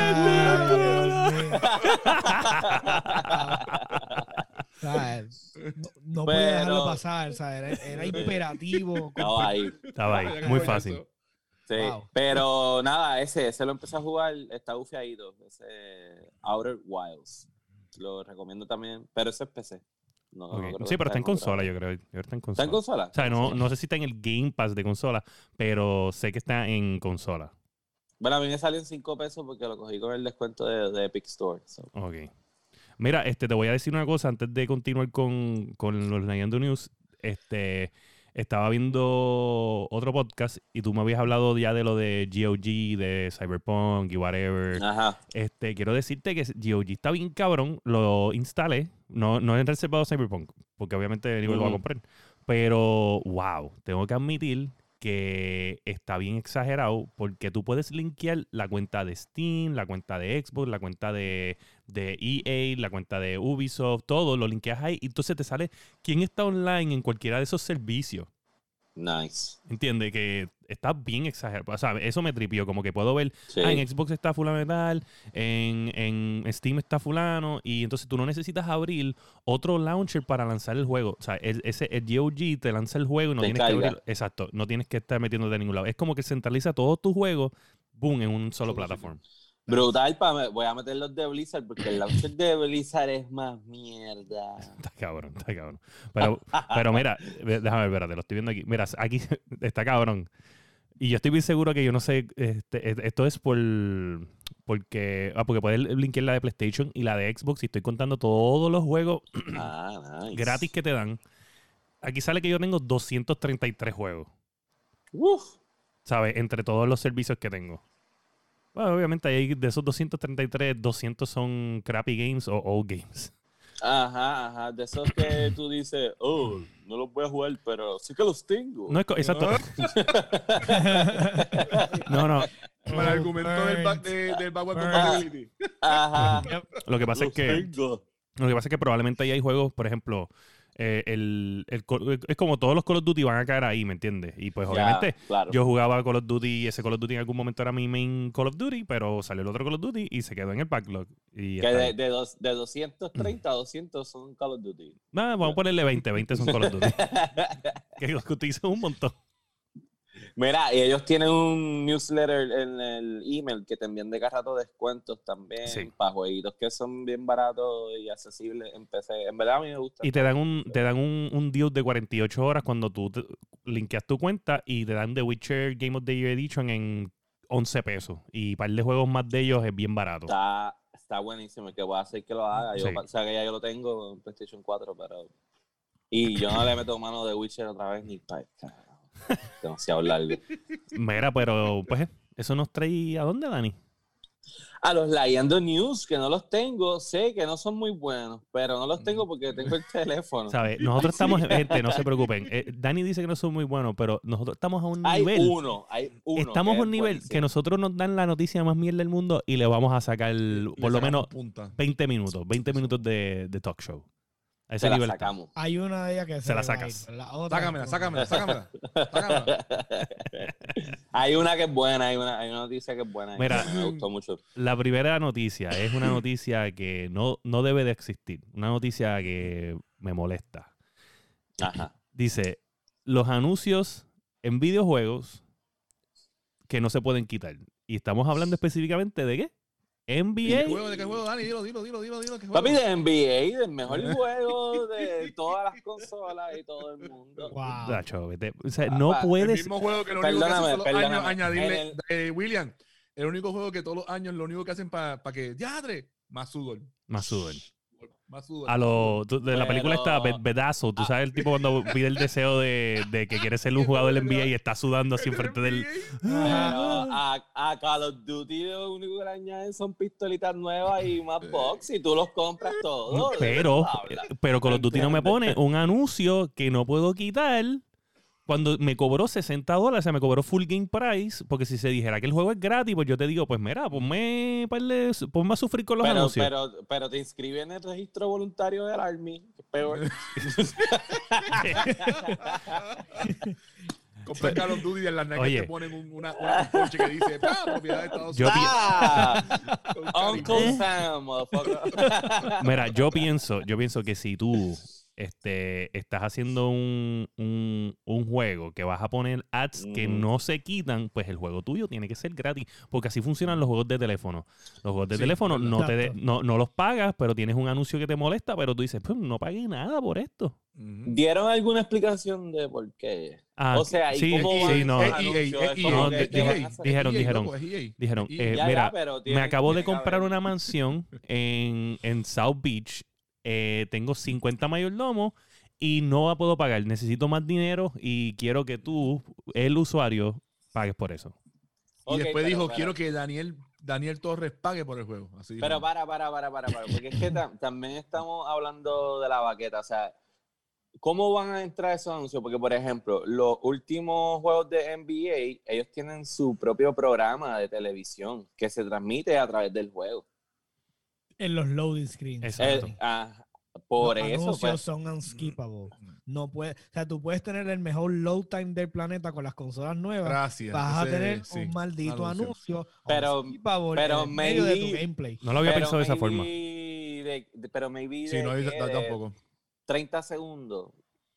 ¿Sabes? No, no podía Pero- dejarlo pasar, ¿sabes? Era, era imperativo. Estaba ahí. Estaba ahí, Ya que muy fue fácil. eso. Sí, Wow. pero nada, ese, ese lo empecé a jugar, está bufiadito, ese Outer Wilds. Lo recomiendo también, pero ese es P C. No, Ok. no creo Sí, que pero está en otra- consola, yo creo. Yo creo que está en consola. ¿Está en consola? O sea, no, no sé si está en el Game Pass de consola, pero sé que está en consola. Bueno, a mí me salió en cinco pesos porque lo cogí con el descuento de, de Epic Store. So. Ok. Mira, este, te voy a decir una cosa antes de continuar con, con los Nayando News. Este, estaba viendo otro podcast y tú me habías hablado ya de lo de G O G, de Cyberpunk y whatever. Ajá. Este, quiero decirte que G O G está bien cabrón. Lo instalé. No, no he reservado Cyberpunk, porque obviamente Nivel lo va a Ujú. comprar. Pero, wow, tengo que admitir que está bien exagerado porque tú puedes linkear la cuenta de Steam, la cuenta de Xbox, la cuenta de, de E A, la cuenta de Ubisoft, todo lo linkeas ahí y entonces te sale quién está online en cualquiera de esos servicios. Nice. ¿Entiendes? Que está bien exagerado. O sea, eso me tripió. Como que puedo ver, Sí. ah, en Xbox está fulano de tal, en, en Steam está fulano, y entonces tú no necesitas abrir otro launcher para lanzar el juego. O sea, el, ese, el G O G te lanza el juego y no Te tienes carga. que abrir. Exacto, no tienes que estar metiéndote en ningún lado. Es como que centraliza todos tus juegos, boom, en un solo Solo plataforma. Brutal, pa, me- voy a meter los de Blizzard porque el launcher de Blizzard es más mierda. Está cabrón, está cabrón. Pero, pero mira, ve- déjame ver, espérate, lo estoy viendo aquí. Mira, aquí está cabrón. Y yo estoy bien seguro que yo no sé, este, esto es por porque, ah, porque puedes linkear la de PlayStation y la de Xbox y estoy contando todos los juegos Ah, nice. gratis que te dan. Aquí sale que yo tengo doscientos treinta y tres juegos, Uf. ¿sabes? Entre todos los servicios que tengo. Bueno, obviamente hay de esos doscientos treinta y tres, doscientos son crappy games o old games. Ajá, ajá. De esos que tú dices, oh, no los voy a jugar, pero sí que los tengo. No es co- exacto. No, no. Como el argumento del, back, de, del backward compatibility. Ajá. Lo que pasa es Los que tengo. Lo que pasa es que probablemente ahí hay juegos, por ejemplo, eh, el, el Call- es como todos los Call of Duty van a caer ahí, ¿me entiendes? Y pues Ya, obviamente claro. yo jugaba Call of Duty y ese Call of Duty en algún momento era mi main Call of Duty, pero salió el otro Call of Duty y se quedó en el backlog. Y Que está de, ahí. de, dos, de doscientos treinta a doscientos son Call of Duty. Nada, vamos a ponerle veinte, veinte son Call of Duty. Que los que utilizan un montón. Mira, y ellos tienen un newsletter en el email que te envían de cada rato descuentos también Sí. para jueguitos que son bien baratos y accesibles en P C. En verdad a mí me gusta. Y te dan un te dan un, un deal de cuarenta y ocho horas cuando tú te- linkeas tu cuenta y te dan The Witcher Game of the Year Edition en once pesos. Y un par de juegos más de ellos es bien barato. Está, está buenísimo. El que voy a hacer que lo haga. Yo, Sí. O sea, que ya yo lo tengo en PlayStation cuatro, pero... Y yo no le meto mano de Witcher otra vez ni para... Demasiado largo. Mira, pero pues eso nos trae ¿a dónde, Dani? A los Layando News, que no los tengo, sé que no son muy buenos, pero no los tengo porque tengo el teléfono. ¿Sabes? Nosotros estamos, gente, no se preocupen. Eh, Dani dice que no son muy buenos, pero nosotros estamos a un Hay nivel. uno, hay uno. Estamos que a un es nivel buenísimo. que nosotros nos dan la noticia más mierda del mundo y le vamos a sacar Le por lo sacamos menos punta. veinte minutos, veinte minutos de, de talk show. A ese Se la nivel. sacamos. Hay una de ellas que Se la le va a sacas. ir, la otra- Sácamela, sácamela, sácamela. sácamela. Hay una que es buena, hay una, hay una noticia que es buena. Mira. me gustó mucho. La primera noticia es una noticia que no, no debe de existir. Una noticia que me molesta. Ajá. Dice, los anuncios en videojuegos que no se pueden quitar. Y estamos hablando específicamente de qué? ¿De qué N B juego? ¿De qué juego, Dani? Dilo, dilo, dilo, dilo, dilo. ¿qué juego? Papi, de N B A, del mejor juego de todas las consolas y todo el mundo. Wow. A. Nacho, vete. O sea, Papá, no El puedes... mismo juego que lo único que Perdóname, hacen todos los años perdóname. añadirle. En eh, William, el único juego que todos los años lo único que hacen para que, diadre, más sudor. Más sudor. Más sudor. A lo, tú- de la película Pero- está Bedazo, tú sabes el tipo cuando pide el deseo de, de que quiere ser un jugador del N B A y está sudando así enfrente del... Pero a, a Call of Duty lo único que le añaden son pistolitas nuevas y más box y tú los compras todos. Pero, pero Call of Duty no me pone un anuncio que no puedo quitar cuando me cobró sesenta dólares, o sea, me cobró full game price, porque si se dijera que el juego es gratis, pues yo te digo, pues mira, ponme, ponle- ponme a sufrir con los Pero, anuncios. pero, pero te inscribes en el registro voluntario del Army. Que es peor. Compras Call of Duty y en las negas Oye. te ponen un, una, una, un ponche que dice "Ah, propiedad de Estados Yo Unidos". pi- Ah, Uncle Sam, motherfucker. Mira, yo pienso, yo pienso que si tú este, estás haciendo un, un, un juego que vas a poner ads que Ujú. no se quitan, pues el juego tuyo tiene que ser gratis. Porque así funcionan los juegos de teléfono. Los juegos de Sí, teléfono verdad. no, te de- Exacto. no, no los pagas, pero tienes un anuncio que te molesta, pero tú dices, pues no pagué nada por esto. Ujú. ¿Dieron alguna explicación de por qué? Ah, o sea, ¿y sí, cómo sí, van no. esos Es E A, anuncios? es Es E A, como No, que di- te van a dije- hacer- dijeron, E A, dijeron. loco, es E A. Dijeron, Es E A. eh, Ya, ya, mira, pero tiene- me acabo de tiene que comprar haber- una mansión en, en South Beach. Eh, tengo cincuenta mayordomos y no la puedo pagar. Necesito más dinero y quiero que tú, el usuario, pagues por eso. Y Ok, después pero- dijo, pero- quiero que Daniel, Daniel Torres pague por el juego. Así dijo. Pero para, para, para, para, para, porque es que tam- también estamos hablando de la baqueta, o sea, ¿cómo van a entrar esos anuncios? Porque, por ejemplo, los últimos juegos de N B A, ellos tienen su propio programa de televisión que se transmite a través del juego. En los loading screens. Exacto. Eh, ah, por Los eso, anuncios pues, son unskippable. No puede, o sea, tú puedes tener el mejor load time del planeta con las consolas nuevas. Gracias. Vas a Ese- tener sí, un maldito anuncio, Pero- unskippable pero en el medio de tu maybe- gameplay. No lo había pero pensado de esa maybe forma. de- de- pero maybe Sí, de, no, ¿qué? yo de tampoco. treinta segundos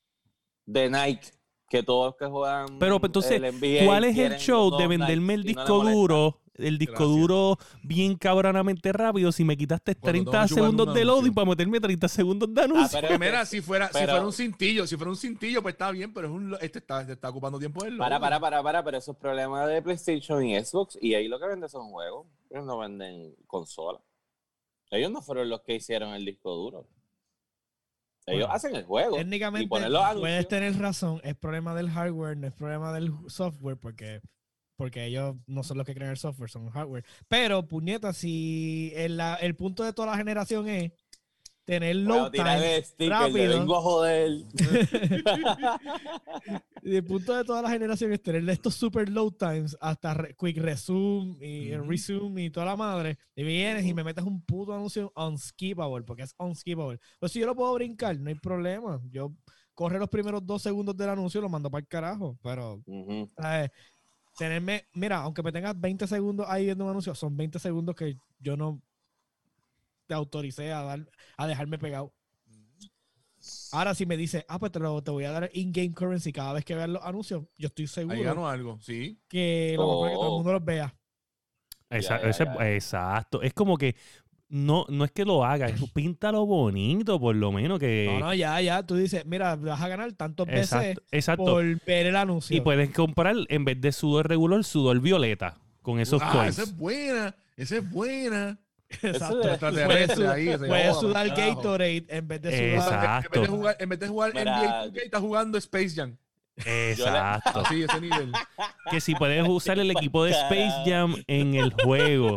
de Nike, que todos los que juegan Pero pues, entonces, el N B A ¿cuál es el quieren show los de dos venderme el Nikes y no le disco molesta? duro? El disco Gracias. duro bien cabronamente rápido si me quitaste Cuando treinta estamos jugando segundos un de loading anuncio. para meterme treinta segundos de Ah, anuncio. pero Porque es que- mira, si fuera, si pero- fuera un cintillo, si fuera un cintillo, pues está bien, pero es un, lo- este está, este está ocupando tiempo del Para, loading. para, para, para, pero eso es problema de PlayStation y Xbox. Y ahí lo que venden son juegos. Ellos no venden consolas. Ellos no fueron los que hicieron el disco duro. Ellos Bueno, hacen el juego. y Técnicamente ponen los puedes anuncios. tener razón, es problema del hardware, no es problema del software, porque, porque ellos no son los que crean el software, son el hardware. Pero, puñeta, si el, la- el punto de toda la generación es tener Voy a load tirar time el sticker, le rápido. vengo a joder. Y el punto de toda la generación es tener estos super load times hasta re- quick resume y Ujú. resume y toda la madre. Y vienes y me metes un puto anuncio unskippable, porque es unskippable. Pues si yo lo puedo brincar, no hay problema. Yo corre los primeros dos segundos del anuncio y lo mando para el carajo. Pero, Ujú. ¿sabes? Tenerme, mira, aunque me tengas veinte segundos ahí viendo un anuncio, son veinte segundos que yo no te autoricé a dar, a dejarme pegado. Ahora si me dice, ah, pues te, lo, te voy a dar in-game currency cada vez que veas los anuncios, yo estoy seguro Ahí ganó algo, sí. que lo mejor es que todo el Oh. mundo los vea. Esa- Ya, ya, ese- ya. Exacto. Es como que no, no es que lo haga, es píntalo bonito, por lo menos que. No, no, ya, ya. Tú dices, mira, vas a ganar tantos veces exacto, exacto. por ver el anuncio. Y puedes comprar en vez de sudor regular, sudor violeta con esos Ah, coins. esa es buena, esa es buena. Exacto. Eso es- Puedes Extraterrestre sudar, ahí, se puedes joda, sudar carajo. Gatorade en vez de sudar. Exacto. En vez de jugar, en vez de jugar Mira, N B A dos K, está jugando Space Jam. Exacto. Así, ese nivel. Que si puedes usar el equipo de Space Jam en el juego.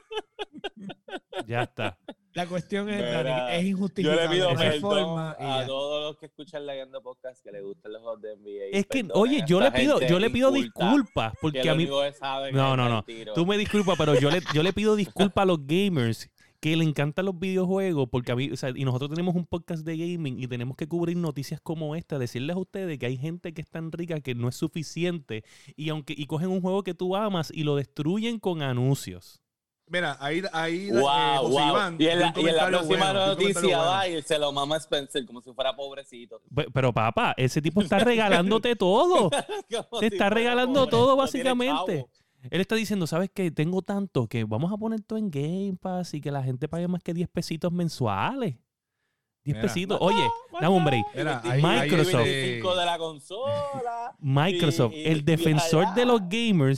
Ya está. La cuestión es, Mira, Dani, es Yo injustificable. le pido Esa perdón forma y a ya. todos los que escuchan Leyendo Podcast que les gustan los juegos de N B A. Es que, Perdonen oye, a yo le esta pido, gente yo le pido inculta disculpas que porque lo a mí. único que saben No, es no, dar no. tiro. Tú me disculpas, pero yo le, yo le pido disculpas a los gamers que le encantan los videojuegos porque a mí, o sea, y nosotros tenemos un podcast de gaming y tenemos que cubrir noticias como esta, decirles a ustedes que hay gente que es tan rica que no es suficiente y aunque y cogen un juego que tú amas y lo destruyen con anuncios. Mira, ahí, ahí eh, Wow, José wow. Iván Y en la, dio y un en la comentario próxima bueno, dio un noticia comentario bueno. va y se lo mama Spencer como si fuera pobrecito. Pe- Pero papá, ese tipo está regalándote todo. Como Te si está fuera regalando pobre, todo, no tiene básicamente. chavo. Él está diciendo, ¿sabes qué? Tengo tanto que vamos a poner todo en Game Pass y que la gente pague más que diez pesitos mensuales. diez Mira. pesitos. Oye, dame un break. Mira, Y ahí- Microsoft. ahí, veinticinco de la consola. Microsoft, Y- y- el y defensor allá. de los gamers,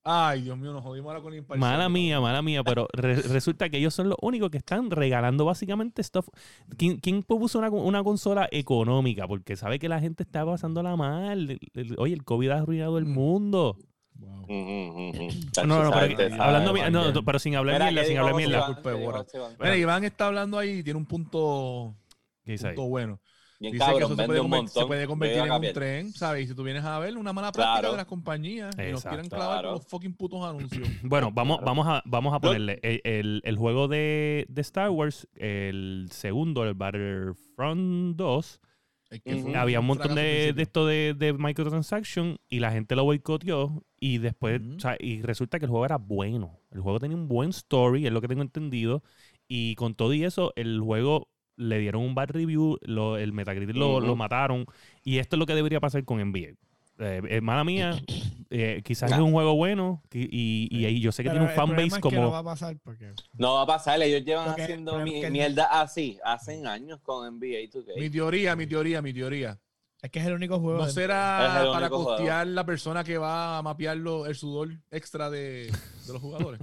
Ay, Dios mío, nos jodimos ahora con la imparcial. Mala mía, mala mía, pero re- resulta que ellos son los únicos que están regalando básicamente stuff. ¿Quién, quién puso una, una consola económica? Porque sabe que la gente está pasándola mal. El- el- oye, el COVID ha arruinado el Mm. mundo. Wow. Ujú, ujú. No, no, no, Sabe, pero, sabe, hablando sabe, mi- no, Juan. no, pero sin hablar Mira, mierda, ¿qué sin dijo hablar José mierda. Iván? Culpa de ¿Qué dijo Bora. José Iván? Mira, Iván está hablando ahí y tiene un punto, ¿Qué dice ahí? punto bueno. Bien Dice que cabrón, eso se vende puede, un conver- montón. se puede convertir Yo en iba a un cambiar. tren, ¿sabes? Y si tú vienes a ver una mala práctica Claro. de las compañías y nos Exacto. quieren clavar Claro. con los fucking putos anuncios. Bueno, vamos, Claro. vamos, a, vamos a Yo- ponerle el, el- el juego de, de Star Wars, el segundo, el Battlefront dos. Es que fue Ujú. Había un montón fracaso al de, de principio. esto de, de microtransaction y la gente lo boicoteó y después, Ujú. o sea, y resulta que el juego era bueno. El juego tenía un buen story, es lo que tengo entendido. Y con todo y eso, el juego le dieron un bad review, lo- el Metacritic lo, Ujú. lo mataron. Y esto es lo que debería pasar con N B A. Eh, hermana mía, eh, quizás es un juego bueno y, y, y ahí yo sé que Pero tiene un el problema fanbase es que no como... va a pasar porque... No va a pasar, ellos llevan Porque- haciendo pero mi- que el- mierda así, hacen años con N B A dos K. Mi teoría, mi teoría, mi teoría. Es que es el único juego. No de- Es será el para único juego. costear la persona que va a mapear lo- el sudor extra de, de los jugadores.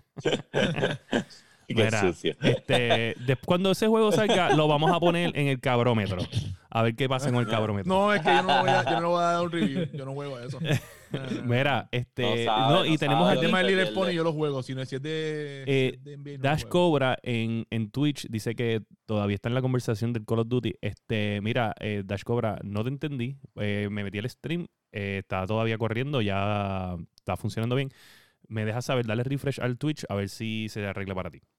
Qué Mira, sucio. este, de- cuando ese juego salga, lo vamos a poner en el cabrómetro. A ver qué pasa con el cabrómetro. No, es que yo no, voy a, yo no le voy a dar un review. Yo no juego a eso. Mira, este, No sabe, no, y no tenemos sabe. El aquí tema del se Little pierde. Pony yo lo juego. Si no es si es de, si Eh, es de N B A, no lo Dash juego. Cobra en, en Twitch dice que todavía está en la conversación del Call of Duty. Este, mira, eh, Dash Cobra, no te entendí. Eh, me metí al stream, eh, está todavía corriendo, ya está funcionando bien. Me dejas saber, dale refresh al Twitch a ver si se arregla para ti.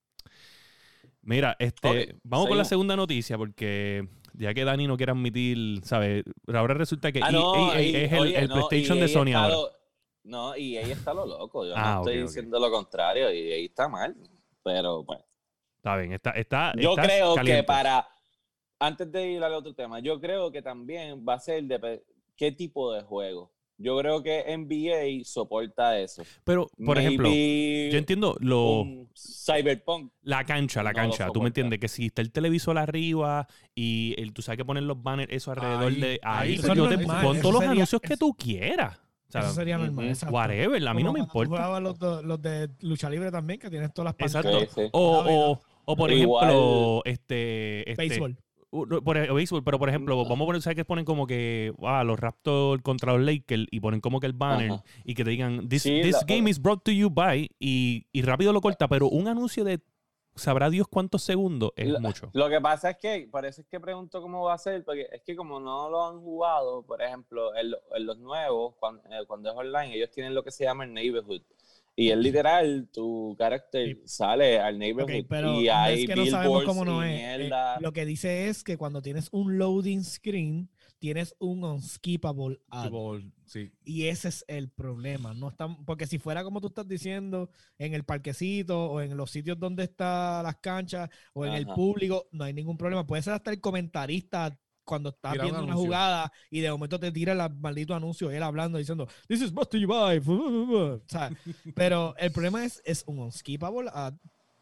Mira, este, Ok, vamos con la seguimos. segunda noticia porque ya que Dani no quiere admitir, ¿sabes? Ahora resulta que Ah, E A no, es y- el, oye, el no, PlayStation E A de Sony está ahora. lo- No, y ahí está lo loco. Yo Ah, no estoy ok, ok. diciendo lo contrario, y ahí está mal. Pero bueno. Está bien, está, está, Yo estás creo caliente. que para. Antes de ir al otro tema, yo creo que también va a ser de qué tipo de juego. Yo creo que N B A soporta eso. Pero, por ejemplo, Maybe yo entiendo lo, un Cyberpunk. la cancha, la no lo cancha. Tú soporta. me entiendes que si está el televisor arriba y el, tú sabes que poner los banners eso alrededor Ahí, de ahí, ahí pues eso yo es te- normal, pon eso todos los sería- anuncios que eso- tú quieras. O sea, Eso sería normal. ujú. Exacto. whatever, a mí no Como me cuando tú importa. jugabas los, de- los de lucha libre también, que tienes todas las Exacto. pantallas. Sí, sí. O, Ah, o, o por Igual- ejemplo, este, este Béisbol. Uh, no, por ejemplo, béisbol, pero por ejemplo, vamos a poner, ¿sabes que ponen como que ah, los Raptors contra los Lakers y ponen como que el banner Ajá. y que te digan this, Sí, this la- game is brought to you by y, y rápido lo corta, pero un anuncio de sabrá Dios cuántos segundos es Lo- mucho. Lo que pasa es que, por eso es que pregunto cómo va a ser, porque es que como no lo han jugado, por ejemplo, en, lo- en los nuevos, cuando, eh, cuando es online, ellos tienen lo que se llama el neighborhood. Y es literal, tu carácter Sí. sale al neighborhood Ok, pero y no hay es que no sabemos billboards cómo no y es. Eh, mierda. lo que dice es que cuando tienes un loading screen, tienes un unskippable ad. Tipo, sí. Y ese es el problema. No están, porque si fuera como tú estás diciendo, en el parquecito o en los sitios donde están las canchas o en el Ajá. público, no hay ningún problema. Puede ser hasta el comentarista cuando estás Tira un viendo una anuncio. jugada y de momento te tira el maldito anuncio, él hablando, diciendo, this is brought to you by. O sea, pero el problema es, es un unskippable ad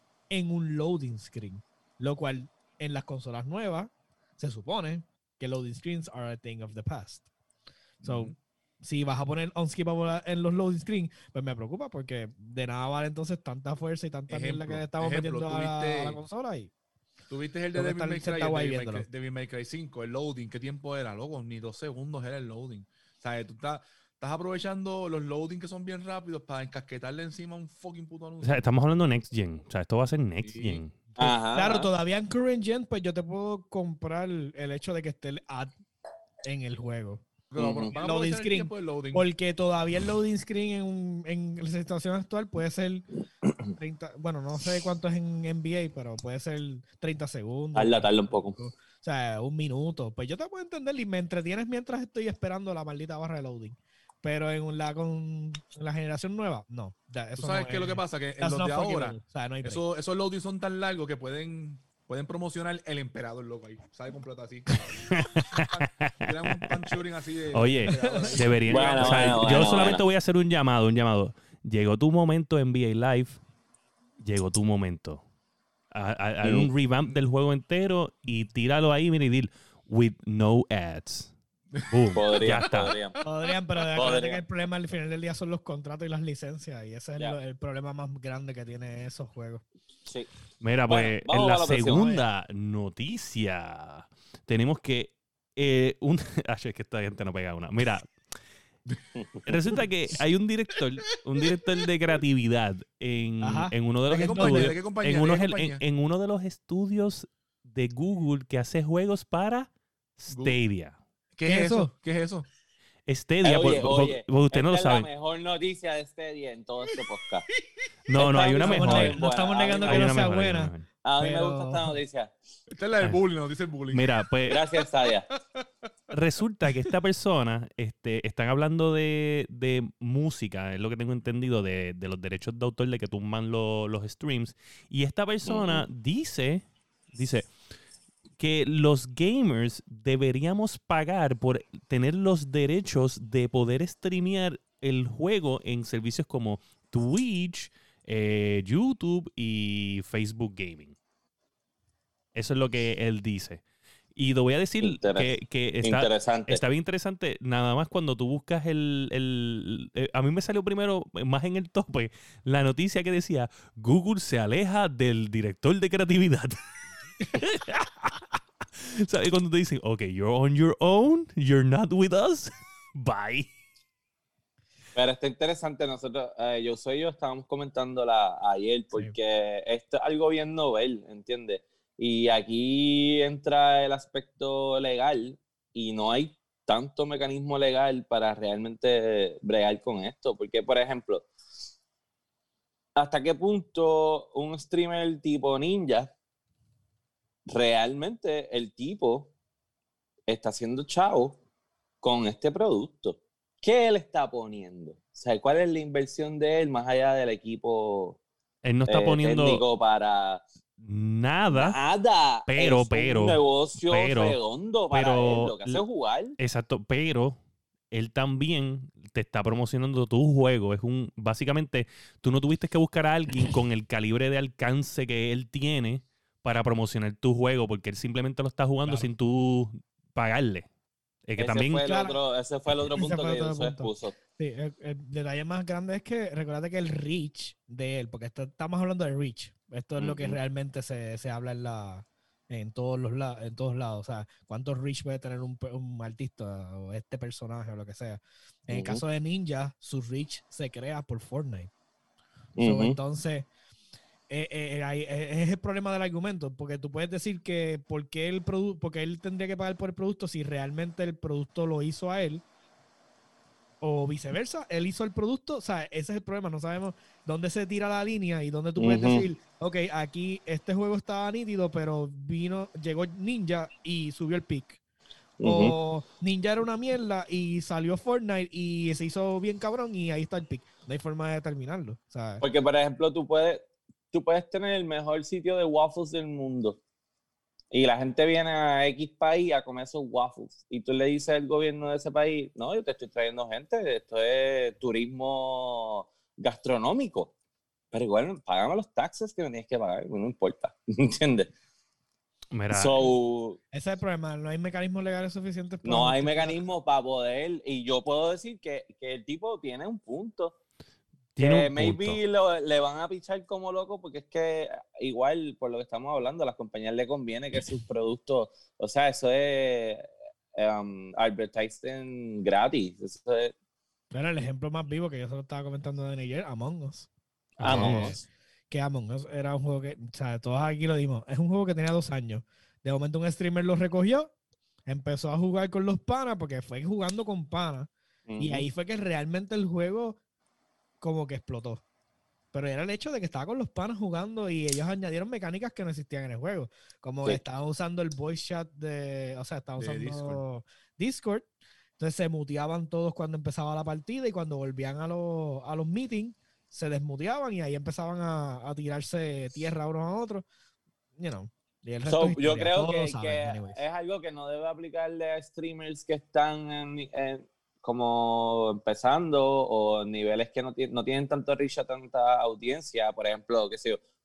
en un loading screen, lo cual en las consolas nuevas se supone que loading screens are a thing of the past. So, Ujú. si vas a poner unskippable en los loading screen, pues me preocupa porque de nada vale entonces tanta fuerza y tanta Ejemplo, mierda que le estamos ejemplo, metiendo a la, tuviste- a la consola y ¿Tuviste el de Tengo que Devil estar May Cry, el sentado ahí Devil May Cry- viéndolo. Devil May Cry cinco, el loading? ¿Qué tiempo era, loco? Ni dos segundos era el loading. O sea, tú estás, estás aprovechando los loading que son bien rápidos para encasquetarle encima un fucking puto O anuncio. sea, estamos hablando de Next Gen. O sea, esto va a ser Next Sí. Gen. Ajá, claro, ajá. todavía en current gen, pues yo te puedo comprar el hecho de que esté el ad en el juego. Pero Ujú. van a aprovechar Loading el screen. tiempo del loading. Porque todavía el loading screen en, un- en la situación actual puede ser treinta, bueno, no sé cuánto es en N B A, pero puede ser treinta segundos. Tarda, tarda un poco. O sea, un minuto. Pues yo te puedo entender y me entretienes mientras estoy esperando la maldita barra de loading. Pero en la con la generación nueva, no. Ya, ¿Tú eso sabes no qué es lo que pasa? Que en that's los not de ahora, forgivable. O sea, no hay break. eso- esos loadings son tan largos que pueden, pueden promocionar el emperador, loco, ahí. ¿Sabes? Completo así. Tiran un pan shooting así de... Oye, emperador ahí. Deberían. Bueno, o sea, bueno, yo bueno, solamente bueno. voy a hacer un llamado, un llamado. Llegó tu momento en N B A Live. Llegó tu momento. A, a- a Mm. un revamp del juego entero y tíralo ahí, mira, y dil, with no ads. Boom, Podrían, ya está. podrían. Podrían, pero acuérdate Podrían. que el problema al final del día son los contratos y las licencias. Y ese es Ya. el, el problema más grande que tiene esos juegos. Sí. Mira, Bueno, pues vamos en la a lo próximo. segunda noticia tenemos que eh, un... Ay, es que esta gente no pega una. Mira, resulta que hay un director, un director de creatividad en, Ajá. en uno de ¿De los qué compañía? estudios, ¿De qué compañía? en, ¿De unos- qué en- compañía? en uno de los estudios de Google que hace juegos para Stadia. ¿Qué es eso? ¿Qué es eso? Stadia, Eh, por- oye, por- oye, porque ustedes no lo esta es saben. la mejor noticia de este día en todo este podcast. No, no, esta hay una noticia Estamos mejor. ne- bien no estamos buena. A mí negando me que Hay no una sea mejor, hay una buena. mejor. A mí me Pero- gusta esta noticia. Esta es la del Ah. bullying, no dice el bullying. Mira, pues Gracias, Sadia. resulta que esta persona, este, están hablando de, de música, es lo que tengo entendido, de, de los derechos de autor de que tumban lo- los streams. Y esta persona Ujú. dice, dice que los gamers deberíamos pagar por tener los derechos de poder streamear el juego en servicios como Twitch, eh, YouTube y Facebook Gaming. Eso es lo que él dice. Y te voy a decir Interes- que, que está, Interesante. está bien interesante. Nada más cuando tú buscas el, el- eh, a mí me salió primero, más en el tope, la noticia que decía Google se aleja del director de creatividad. ¿Sabes? Cuando te dicen, ok, you're on your own, you're not with us, bye. Pero está interesante, nosotros, eh, yo soy yo, estábamos comentándola ayer, porque esto es algo bien novel, ¿entiendes? Y aquí entra el aspecto legal y no hay tanto mecanismo legal para realmente bregar con esto. Porque, por ejemplo, ¿hasta qué punto un streamer tipo Ninja, realmente el tipo está haciendo chavo con este producto? ¿Qué él está poniendo? O sea, ¿cuál es la inversión de él más allá del equipo Él no está eh, poniendo técnico para nada. nada? pero, es pero, un negocio pero, redondo para pero él, lo que hace la- es jugar. Exacto, pero él también te está promocionando tu juego. Es un, básicamente, tú no tuviste que buscar a alguien con el calibre de alcance que él tiene para promocionar tu juego, porque él simplemente lo está jugando Claro. sin tú pagarle. Es que ese, también, fue el Claro. otro, ese fue el otro Ese punto fue el que otro se punto. expuso. Sí, el, el detalle más grande es que recuerda que el reach de él, porque esto- estamos hablando de reach, esto es lo que Ujú. realmente se, se habla en la en todos los lados, en todos lados, o sea, cuántos reach puede tener un, pe- un artista o este personaje o lo que sea. En el Ujú. caso de Ninja, su reach se crea por Fortnite. So, Ujú. entonces, eh, eh, ahí, eh, es el problema del argumento, porque tú puedes decir que ¿por qué el produ- porque él tendría que pagar por el producto si realmente el producto lo hizo a él, o viceversa, él hizo el producto. O sea, ese es el problema, no sabemos dónde se tira la línea y dónde tú puedes Ujú. decir, ok, aquí este juego estaba nítido, pero vino, llegó Ninja y subió el pick. Ujú. O Ninja era una mierda y salió Fortnite y se hizo bien cabrón y ahí está el pick. No hay forma de determinarlo. O sea, Porque, por ejemplo, tú puedes, tú puedes tener el mejor sitio de waffles del mundo y la gente viene a X país a comer esos waffles y tú le dices al gobierno de ese país, no, yo te estoy trayendo gente, esto es turismo gastronómico, pero igual págame los taxes que me tienes que pagar, no importa, ¿entiendes? mira, So, ese es el problema, no hay mecanismos legales suficientes para no hay justificar. mecanismo para poder, y yo puedo decir que, que el tipo tiene un punto. tiene Que un maybe punto. lo- le van a pichar como loco porque es que igual por lo que estamos hablando a las compañías le conviene que sus productos, o sea, eso es um, advertising gratis, eso es Pero el ejemplo más vivo que yo se lo estaba comentando de ayer, Among Us. Among Eh, Us. Que Among Us era un juego que, o sea, todos aquí lo dimos, es un juego que tenía dos años. De momento un streamer lo recogió, empezó a jugar con los panas, porque fue jugando con panas, y Ujú. ahí fue que realmente el juego como que explotó. Pero era el hecho de que estaba con los panas jugando y ellos añadieron mecánicas que no existían en el juego. Como que Sí. estaban usando el voice chat de, o sea, estaban De usando Discord. Discord. Entonces se muteaban todos cuando empezaba la partida y cuando volvían a los, a los meetings se desmuteaban y ahí empezaban a, a tirarse tierra unos a otros. You know. Y el resto So, es yo historia, creo todos que, lo saben, que anyways. es algo que no debe aplicarle a streamers que están en, en- como empezando o niveles que no, ti- no tienen tanto reach a tanta audiencia. Por ejemplo, qué sé yo,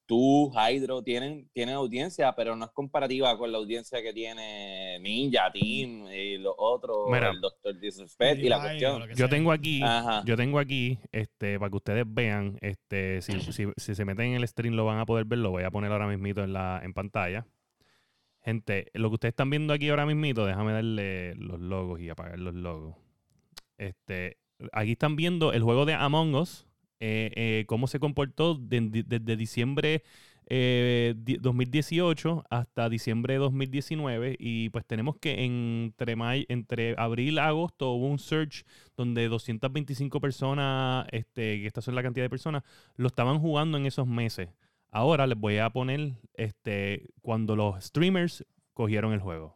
tú, Hydro, tienen, tienen audiencia, pero no es comparativa con la audiencia que tiene Ninja, Team y los otros, Mira, el doctor Disrespect y la cuestión. Yo tengo aquí, Ajá. yo tengo aquí, este, para que ustedes vean, este, si, si, si se meten en el stream lo van a poder ver, lo voy a poner ahora mismito en la, en pantalla. Gente, lo que ustedes están viendo aquí ahora mismito, déjame darle los logos y apagar los logos. Este, aquí están viendo el juego de Among Us, eh, eh, cómo se comportó de, de, desde diciembre eh, dos mil dieciocho hasta diciembre de dos mil diecinueve, y pues tenemos que entre, may, entre abril a agosto hubo un surge donde doscientas veinticinco personas, este, que estas son la cantidad de personas, lo estaban jugando en esos meses. Ahora les voy a poner este, cuando los streamers cogieron el juego.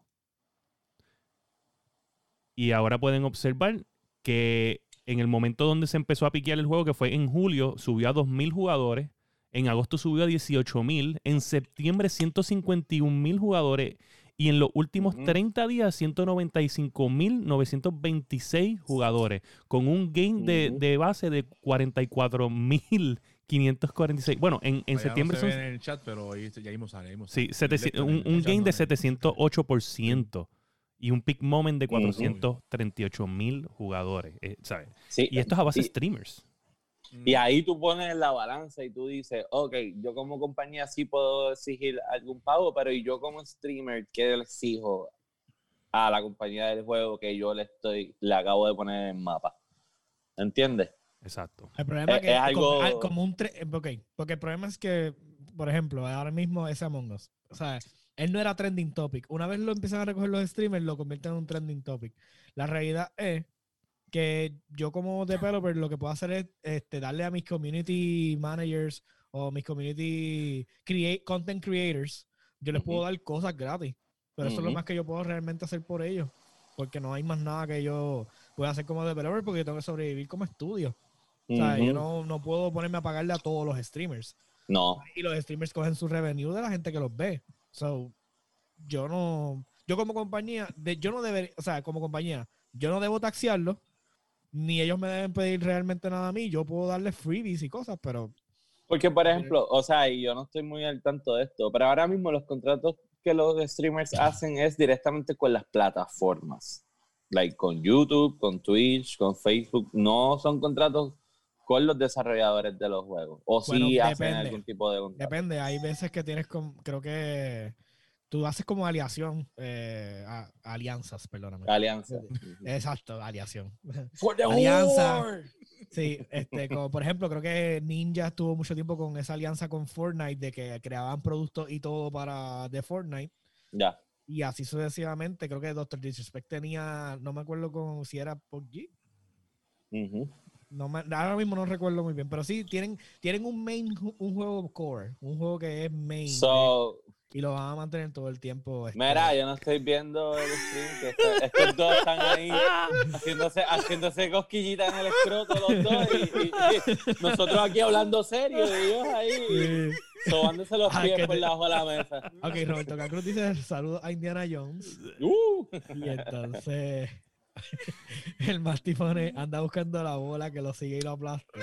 Y ahora pueden observar que en el momento donde se empezó a piquear el juego, que fue en julio, subió a dos mil jugadores. En agosto subió a dieciocho mil. En septiembre, ciento cincuenta y un mil jugadores. Y en los últimos uh-huh. treinta días, ciento noventa y cinco mil novecientos veintiséis jugadores. Con un gain uh-huh. de, de base de cuarenta y cuatro mil quinientos cuarenta y seis. Bueno, en, en septiembre... No se son... ve en el chat, pero ahí ya mismo sale. Ahí sí, setecientos, un, un gain de setecientos ocho por ciento. Y un peak moment de cuatrocientos treinta y ocho mil jugadores. Eh, ¿sabes? Sí, y esto es a base y, de streamers. Y ahí tú pones la balanza y tú dices, ok, yo como compañía sí puedo exigir algún pago, pero ¿y yo como streamer qué le exijo a la compañía del juego que yo le estoy le acabo de poner en mapa? ¿Entiendes? Exacto. El problema es, es que es algo... como, como un tre- okay, porque el problema es que, por ejemplo, ahora mismo ese Among Us, o sea, él no era trending topic. Una vez lo empiezan a recoger los streamers, lo convierten en un trending topic. La realidad es que yo como developer lo que puedo hacer es este, darle a mis community managers o mis community create, content creators, yo les uh-huh. puedo dar cosas gratis. Pero uh-huh. eso es lo más que yo puedo realmente hacer por ellos. Porque no hay más nada que yo pueda hacer como developer porque yo tengo que sobrevivir como estudio. Uh-huh. O sea, yo no, no puedo ponerme a pagarle a todos los streamers. No. Y los streamers cogen su revenue de la gente que los ve. So, yo no... Yo como compañía, de, yo no debería... O sea, como compañía, yo no debo taxearlo, ni ellos me deben pedir realmente nada a mí. Yo puedo darles freebies y cosas, pero... Porque, por ejemplo, o sea, y yo no estoy muy al tanto de esto, pero ahora mismo los contratos que los streamers hacen es directamente con las plataformas. Like con YouTube, con Twitch, con Facebook. No son contratos con los desarrolladores de los juegos. O bueno, sí hacen depende, algún tipo de contrato. Depende. Hay veces que tienes, con, creo que tú haces como aliación, eh, a, alianzas, perdóname. Alianza. Exacto, aliación. For the alianza. war. Sí, este, como por ejemplo, creo que Ninja estuvo mucho tiempo con esa alianza con Fortnite de que creaban productos y todo para de Fortnite. Ya. Y así sucesivamente, creo que doctor Disrespect tenía, no me acuerdo con, si era P U B G. Uh-huh. No me, ahora mismo no recuerdo muy bien, pero sí, tienen, tienen un main, un juego core, un juego que es main. So, de, y lo van a mantener todo el tiempo. Este, mira, yo no estoy viendo el stream, que está, estos dos están ahí haciéndose, haciéndose cosquillitas en el escroto los dos y, y, y nosotros aquí hablando serio y ellos ahí sí. sobándose los pies ah, por debajo de la mesa. Ok, Roberto Cacruz dice saludos a Indiana Jones. Uh. Y entonces el Mastifone anda buscando la bola que lo sigue y lo aplasta.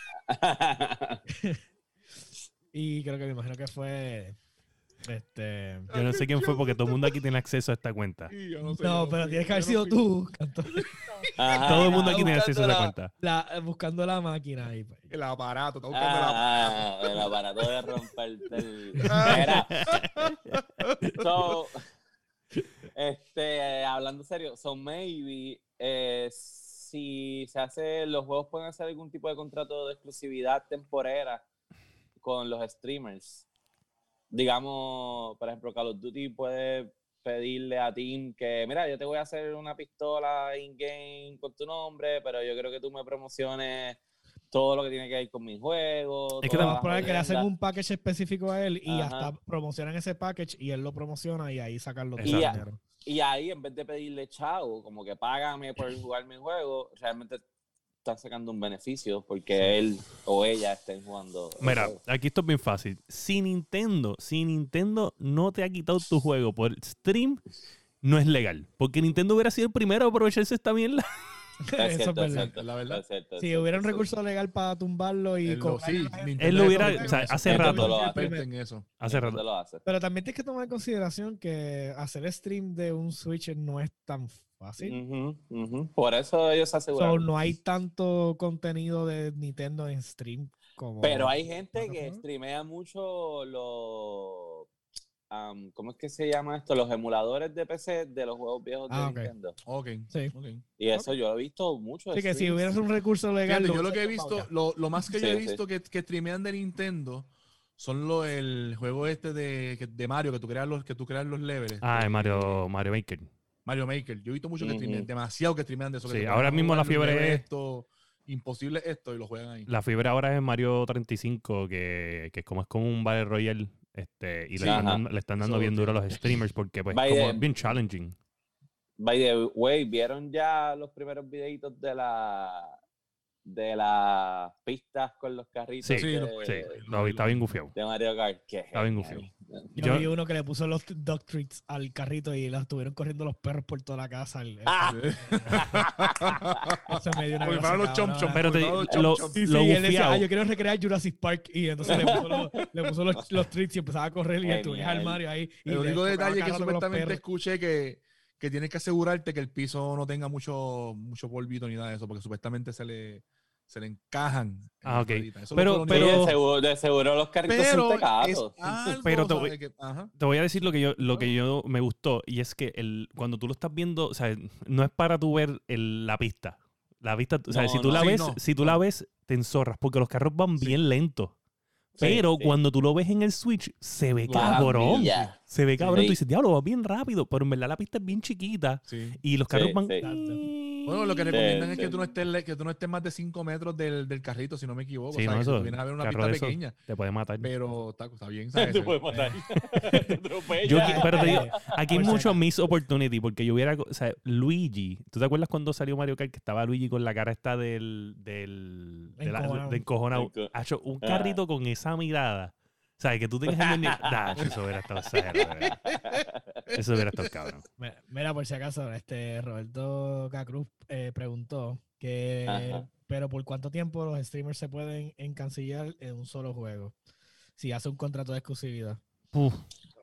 Y creo que me imagino que fue... Este... Yo no sé quién fue porque todo el mundo aquí tiene acceso a esta cuenta. Sí, no, sé, no pero no tienes que haber sido tú. Ajá, todo el mundo aquí tiene acceso a esa cuenta. La, buscando la máquina ahí. El aparato, está buscando ah, el aparato. El aparato de romperte el... Mira. So, este, hablando serio, so maybe eh, si se hace, los juegos pueden hacer algún tipo de contrato de exclusividad temporera con los streamers. Digamos, por ejemplo, Call of Duty puede pedirle a Team que, mira, yo te voy a hacer una pistola in-game con tu nombre, pero yo creo que tú me promociones todo lo que tiene que ver con mis juegos. Es que te vas a poner que le hacen un package específico a él y Ajá. hasta promocionan ese package y él lo promociona y ahí sacan los dinero. Y ahí, en vez de pedirle chavo, como que págame por jugar mi juego, realmente están sacando un beneficio porque sí. él o ella estén jugando. Mira, aquí esto es bien fácil. Si Nintendo, si Nintendo no te ha quitado tu juego por stream, no es legal. Porque Nintendo hubiera sido el primero a aprovecharse esta mierda. Es Eso es cierto, es verdad. cierto. La verdad. Es cierto, es Si cierto, hubiera un es recurso legal para tumbarlo y Él lo- cobrarle sí, a la gente, Nintendo Él lo hubiera- es o sea, hace Nintendo rato. es experto en eso. Hace Nintendo rato. lo hace. Pero también tienes que tomar en consideración que hacer stream de un Switch no es tan fácil. Ujú, ujú. Por eso ellos se So, aseguraron. no hay tanto contenido de Nintendo en stream como... Pero hay gente ¿no? que streamea mucho los... um, ¿cómo es que se llama esto? Los emuladores de P C de los juegos viejos Ah, de ok. Nintendo. Ok. Sí. ok. Y eso yo lo he visto mucho. Así que si streams. hubieras un recurso legal... Fíjate, yo lo hubiese que he tomado visto, ya. lo, lo más que yo Sí, he sí. visto que, que streamean de Nintendo son lo, el juego este de, que- de Mario, que tú creas los, que tú creas los levels. Ah, de- es Mario, Mario Maker. Mario Maker. Yo he visto mucho que Ujú. streamean, demasiado que streamean de eso. que Sí, te ahora ponen a mismo la jugar fiebre level es- esto, imposible esto, y lo juegan ahí. La fiebre ahora es Mario treinta y cinco, que, que como es como un Battle Royale, este, y Sí. le, están Ajá. dando, le están dando Eso bien duro a tiene. los streamers porque pues By como the- es bien challenging. By the way, ¿vieron ya los primeros videitos de la de las pistas con los carritos Sí, Sí, de, lo- Sí, lo lo vi, vi, está lo bien vi. gufiado. de Mario Kart? Qué Está bien genial. Yo, Yo- vi uno que le puso los dog treats al carrito y los estuvieron corriendo los perros por toda la casa. El- Ah. Eso me dio una Como si gracia, fueran los cabrón. chom chom. Pero te- Como si fueran lo- los chom chom. Sí, sí, lo y él decía, gufiado. ah, yo quiero recrear Jurassic Park. Y entonces le puso los, le puso los, los treats y empezaba a correr y Genial. tú ves al Mario ahí. Y El le único tocaba detalle cada que rato con los supuestamente perros. escuché que, que tienes que asegurarte que el piso no tenga mucho, mucho polvito ni nada de eso, porque supuestamente se le, se le encajan. en Ah, la ok. ruedita. Eso Pero- fue lo Sí, único- pero- de, seguro, de seguro los carritos pero son es pegados. algo, Pero te voy- ¿sabes? Que- ajá. Te voy a decir lo que yo, lo que yo me gustó, y es que el, cuando tú lo estás viendo, o sea, no es para tú ver el- la pista. La vista, o sea, No, si tú no. la Sí, ves, no, si tú no. la ves, te enzorras, porque los carros van Sí. bien lentos. Sí, Pero sí. cuando tú lo ves en el Switch, se ve Ah, cabrón. milla. Se ve cabrón. Sí. Tú dices, diablo, va bien rápido. Pero en verdad la pista es bien chiquita. Sí. Y los carros Sí, van. sí. Bueno, lo que Sí, recomiendan es sí. que tú no estés le- que tú no estés más de cinco metros del, del carrito, si no me equivoco. Sí, ¿sabes? no, Que eso. tú vienes a ver una carro pista de esos pequeña, te puede matar. pero está, está bien, ¿sabes? Te puede matar. Te atropella. Yo, qui- pero te digo, aquí hay Por si mucho acaso. miss opportunity porque yo hubiera, o sea, Luigi, ¿tú te acuerdas cuando salió Mario Kart que estaba Luigi con la cara esta del del de, la- Encojonado. de encojonado? Enco- Ha hecho un Ah. carrito con esa mirada. O sea, que tú tengas el muñeco. Nah, eso hubiera estado exagerado, de verdad. Eso hubiera estado cabrón. Mira, mira, por si acaso, este Roberto Cacruz eh, preguntó que, Ajá. pero ¿por cuánto tiempo los streamers se pueden encancillar en un solo juego? Si hace un contrato de exclusividad. Uf.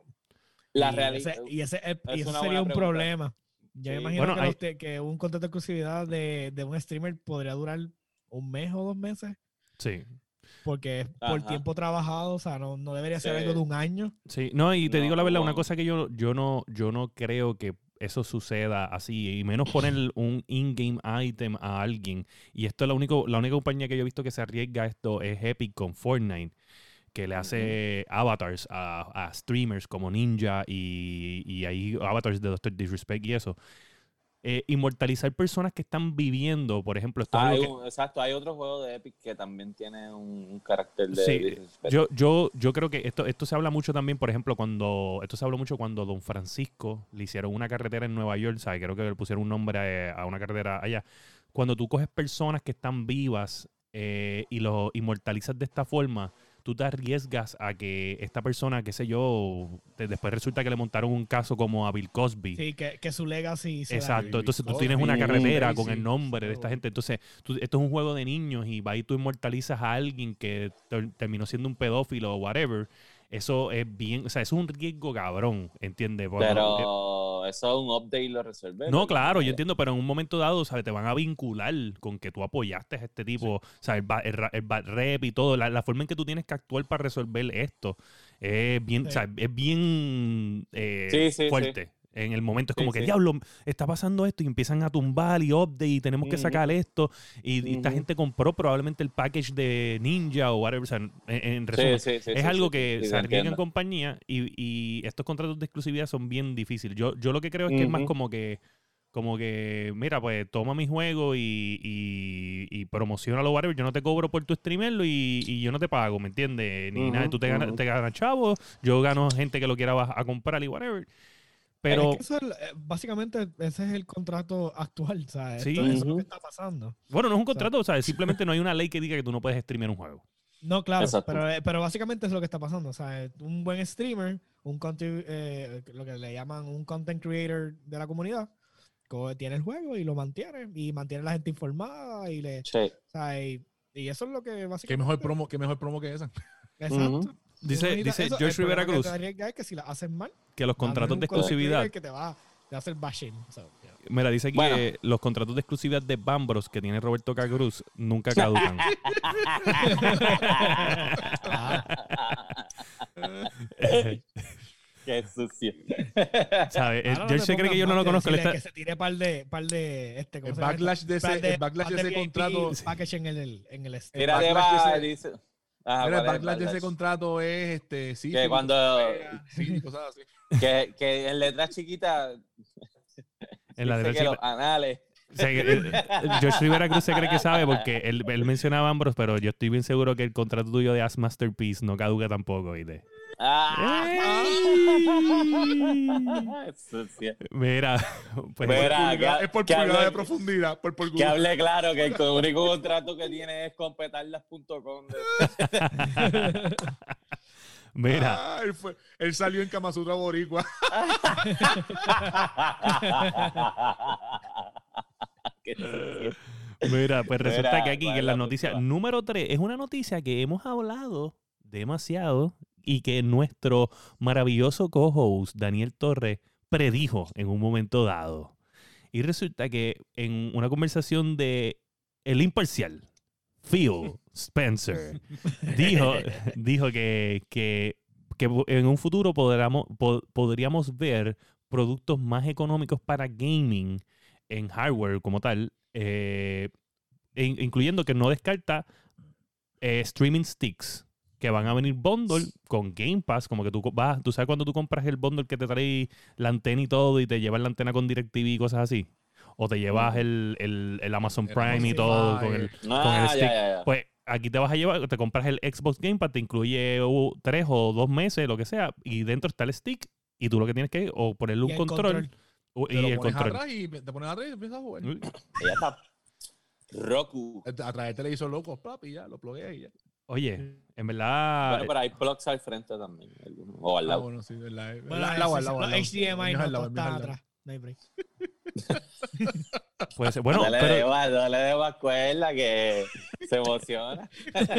La y realidad. ese, y ese, es- y es ese una sería buena un pregunta. problema. Yo me Sí. imagino Bueno, que, hay- los te- que un contrato de exclusividad de, de un streamer podría durar un mes o dos meses. Sí. Porque es por Ajá. tiempo trabajado, o sea, no, no debería ser Sí. algo de un año. Sí, no, y te No, digo la verdad, una wow. cosa que yo, yo no, yo no creo que eso suceda así, y menos poner un in-game item a alguien. Y esto es la único, la única compañía que yo he visto que se arriesga a esto es Epic con Fortnite, que le hace avatars a, a streamers como Ninja y, y hay avatars de doctor Disrespect y eso. Eh, inmortalizar personas que están viviendo, por ejemplo, esto es Hay algo que- un- exacto, hay otro juego de Epic que también tiene un, un carácter de Sí, disrespect. Yo, yo, yo creo que esto, esto se habla mucho también, por ejemplo, cuando esto se habló mucho cuando Don Francisco le hicieron una carretera en Nueva York, ¿sabes? Creo que le pusieron un nombre a, a una carretera allá. Cuando tú coges personas que están vivas eh, y los inmortalizas de esta forma, tú te arriesgas a que esta persona, qué sé yo, te- después resulta que le montaron un caso como a Bill Cosby. Sí, que, que su legacy se Exacto, Bill entonces tú Cosby, tienes una mm, carretera crazy. con el nombre de esta Oh. gente. Entonces, tú- esto es un juego de niños y va y tú inmortalizas a alguien que ter- terminó siendo un pedófilo o whatever. Eso es bien, o sea, eso es un riesgo cabrón, ¿entiendes? Porque- Pero eso es un update y lo resuelve. no, claro, yo entiendo, pero en un momento dado, ¿sabes? Te van a vincular con que tú apoyaste a este tipo, ¿sabes? El, ba- el, ra- el bad rep y todo, la, la forma en que tú tienes que actuar para resolver esto es bien, Sí. o sea, es bien eh, Sí, sí, fuerte. En el momento es Sí, como que, sí. diablo, está pasando esto y empiezan a tumbar y update y tenemos que Ujú. sacar esto. Y, y esta Ujú. gente compró probablemente el package de Ninja o whatever. O sea, en, en resumen, Sí, sí, sí, es sí, algo sí, que sí, se te arriesga en entiendo. compañía y, y estos contratos de exclusividad son bien difíciles. Yo, yo lo que creo es que es más Ujú. como que, como que, mira, pues toma mi juego y, y, y promocionalo, whatever. Yo no te cobro por tu streamerlo y, y yo no te pago, ¿me entiendes? Ni Ujú, nada. Tú te ganas, ujú. te ganas chavos, yo gano gente que lo quiera a, a comprar y whatever. Pero, Es que eso es, eh, básicamente ese es el contrato actual, ¿sabes? Sí. Esto- eso es lo Ujú. que está pasando. bueno, no es un contrato, o sea, simplemente no hay una ley que diga que tú no puedes streamear un juego. No, claro, Exacto. pero, eh, pero básicamente es lo que está pasando. O sea, un buen streamer, un content, eh, lo que le llaman un content creator de la comunidad, co- tiene el juego y lo mantiene. Y mantiene a la gente informada. Y le, Sí. o sea, y, y eso es lo que básicamente. ¿Qué mejor promo, qué mejor promo que esa? Exacto. Ujú. Dice, Eso- dice eso, George el problema Rivera que Cruz te arriesgas es que si la haces mal, que los va a haber contratos un de content exclusividad. creator que te va, te va a hacer bashing. So, yeah. Mira, dice aquí Bueno. que los contratos de exclusividad de Bambros que tiene Roberto Cacruz nunca caducan. Qué sucio. ¿Sabes? Ahora no George te se cree que yo no lo pongas conozco. mal Él de está- decirle que se tire par de, par de este, ¿cómo El se llama backlash esto? de ese, Par el backlash par de ese V I P contrato. package en el, en el este. Mira, de backlash de va, ese- dice. Ajá, Mira, el ¿cuál es backlash de ese contrato es este, sí, Que sí, cuando- sí, y cosas así. Que, que en letras chiquitas en la dice derecha. que los anales. O sea, que, eh, George Rivera Cruz se cree que sabe porque él, él mencionaba Ambros, pero yo estoy bien seguro que el contrato tuyo de As Masterpiece no caduca tampoco, ¿viste? ¡Ah! ¡Ey! Sucio. Mira, pues, Mira, Pulgada- que- es por que pulgada hable- de profundidad, por por Que hable claro que el único contrato que tiene es con petardas punto com. mira, Ah, él, fue, él salió en Kama Sutra Boricua. Qué sucio. mira, pues resulta Mira, que aquí ¿cuál que es la la noticia próxima? número tres es una noticia que hemos hablado demasiado y que nuestro maravilloso co-host Daniel Torres predijo en un momento dado. Y resulta que en una conversación de El Imparcial, Phil Spencer dijo, dijo que, que, que en un futuro podríamos, po- podríamos ver productos más económicos para gaming en hardware como tal, eh, in- incluyendo que no descarta eh, streaming sticks que van a venir bundle con Game Pass, como que tú co- vas, tú sabes cuando tú compras el bundle que te trae la antena y todo y te llevas la antena con DirecTV y cosas así, o te llevas Ujú. el, el, el Amazon El Prime y Amazon todo Prime. con el, con el Ah, stick. ya, ya, ya. Pues aquí te vas a llevar, te compras el Xbox Game Pass, te incluye uh, tres o dos meses, lo que sea, y dentro está el stick y tú lo que tienes que o ponerle un Y el control, control. o- Te y lo el pones control. atrás y te pones atrás y empiezas a jugar. Uy. Ya está. Roku. A través del televisor loco, papi, y ya, lo plugueas y ya. Oye, en verdad, Bueno, pero hay plugs al frente también. O al Ah, lado. bueno, sí, verdad. Bueno, La- al ese lado, al sí, lado, no, al lado. H D M I El mío es no, al lado, el mío es está al lado. atrás. No hay break. puede ser. Bueno, no le pero debas, no le debas cuerda que se emociona.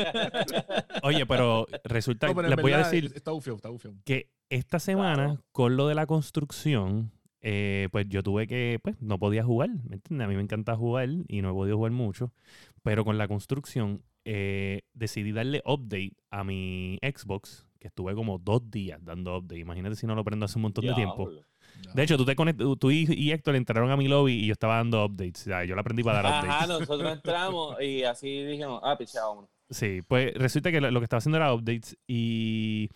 oye, pero resulta, No, pero en les voy a verdad, decir Está ufio, está ufio. que esta semana, Claro. con lo de la construcción, eh, pues yo tuve que, pues no podía jugar, ¿me entiendes? A mí me encanta jugar y no he podido jugar mucho, pero con la construcción eh, decidí darle update a mi Xbox, que estuve como dos días dando update. Imagínate si no lo prendo hace un montón de tiempo. Diablo. De hecho, tú, te conect- tú y, y Héctor entraron a mi lobby y yo estaba dando updates. O sea, yo la aprendí para dar updates. Ajá, nosotros entramos y así dijimos, ah, pichá, vámonos. Sí, pues resulta que lo, lo que estaba haciendo era updates y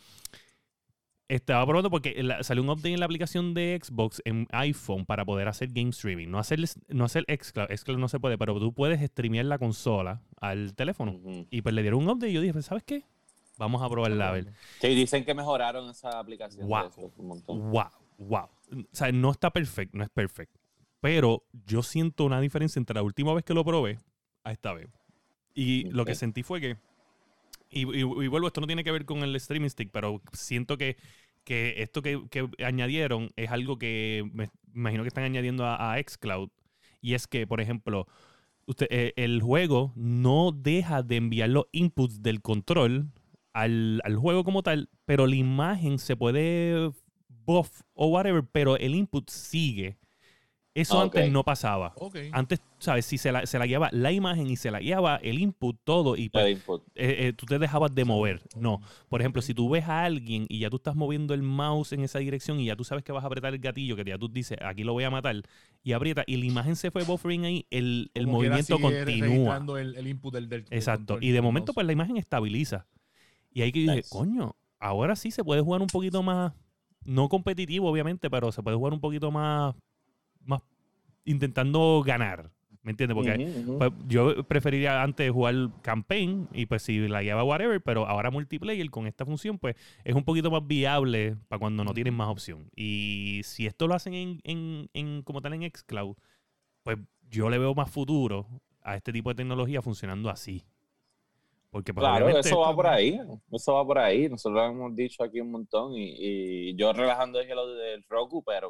estaba probando porque la- salió un update en la aplicación de Xbox en iPhone para poder hacer game streaming. No hacer, no hacer xCloud, xCloud no se puede, pero tú puedes streamear la consola al teléfono. Ujú. Y pues le dieron un update y yo dije, pues, ¿sabes qué? Vamos a probarla a ver. Sí, dicen que mejoraron esa aplicación. Wow. De esto, un montón. Wow, wow. O sea, no está perfecto, no es perfecto. Pero yo siento una diferencia entre la última vez que lo probé a esta vez. Y lo que Ok. sentí fue que, y, y- y vuelvo, esto no tiene que ver con el streaming stick, pero siento que, que esto que, que añadieron es algo que me imagino que están añadiendo a, a xCloud. Y es que, por ejemplo, usted, eh, el juego no deja de enviar los inputs del control al, al juego como tal, pero la imagen se puede buff o whatever, pero el input sigue. Eso Ah, antes ok. no pasaba. Ok. Antes, ¿sabes? Si se la, se la guiaba la imagen y se la guiaba el input, todo, y pues, El input. eh, eh, tú te dejabas de mover. No. Por ejemplo, si tú ves a alguien y ya tú estás moviendo el mouse en esa dirección y ya tú sabes que vas a apretar el gatillo, que ya tú dices, aquí lo voy a matar, y aprieta, y la imagen se fue buffering ahí, el, el Como quiera movimiento sigue continúa. registrando El, el input del, del del Exacto. control Y de del momento, mouse. pues la imagen estabiliza. Y ahí que yo dije, Nice. coño, ahora sí se puede jugar un poquito más, no competitivo, obviamente, pero se puede jugar un poquito más, más intentando ganar. ¿Me entiendes? Porque Ujú, ujú. pues, yo preferiría antes jugar campaign y pues si la lleva whatever, pero ahora multiplayer con esta función, pues es un poquito más viable para cuando no tienen más opción. Y si esto lo hacen en, en, en como tal en xCloud, pues yo le veo más futuro a este tipo de tecnología funcionando así. Porque pues, Claro, obviamente eso va esto- por ahí. Eso va por ahí. Nosotros lo hemos dicho aquí un montón. Y, y yo relajando dije lo del Roku, pero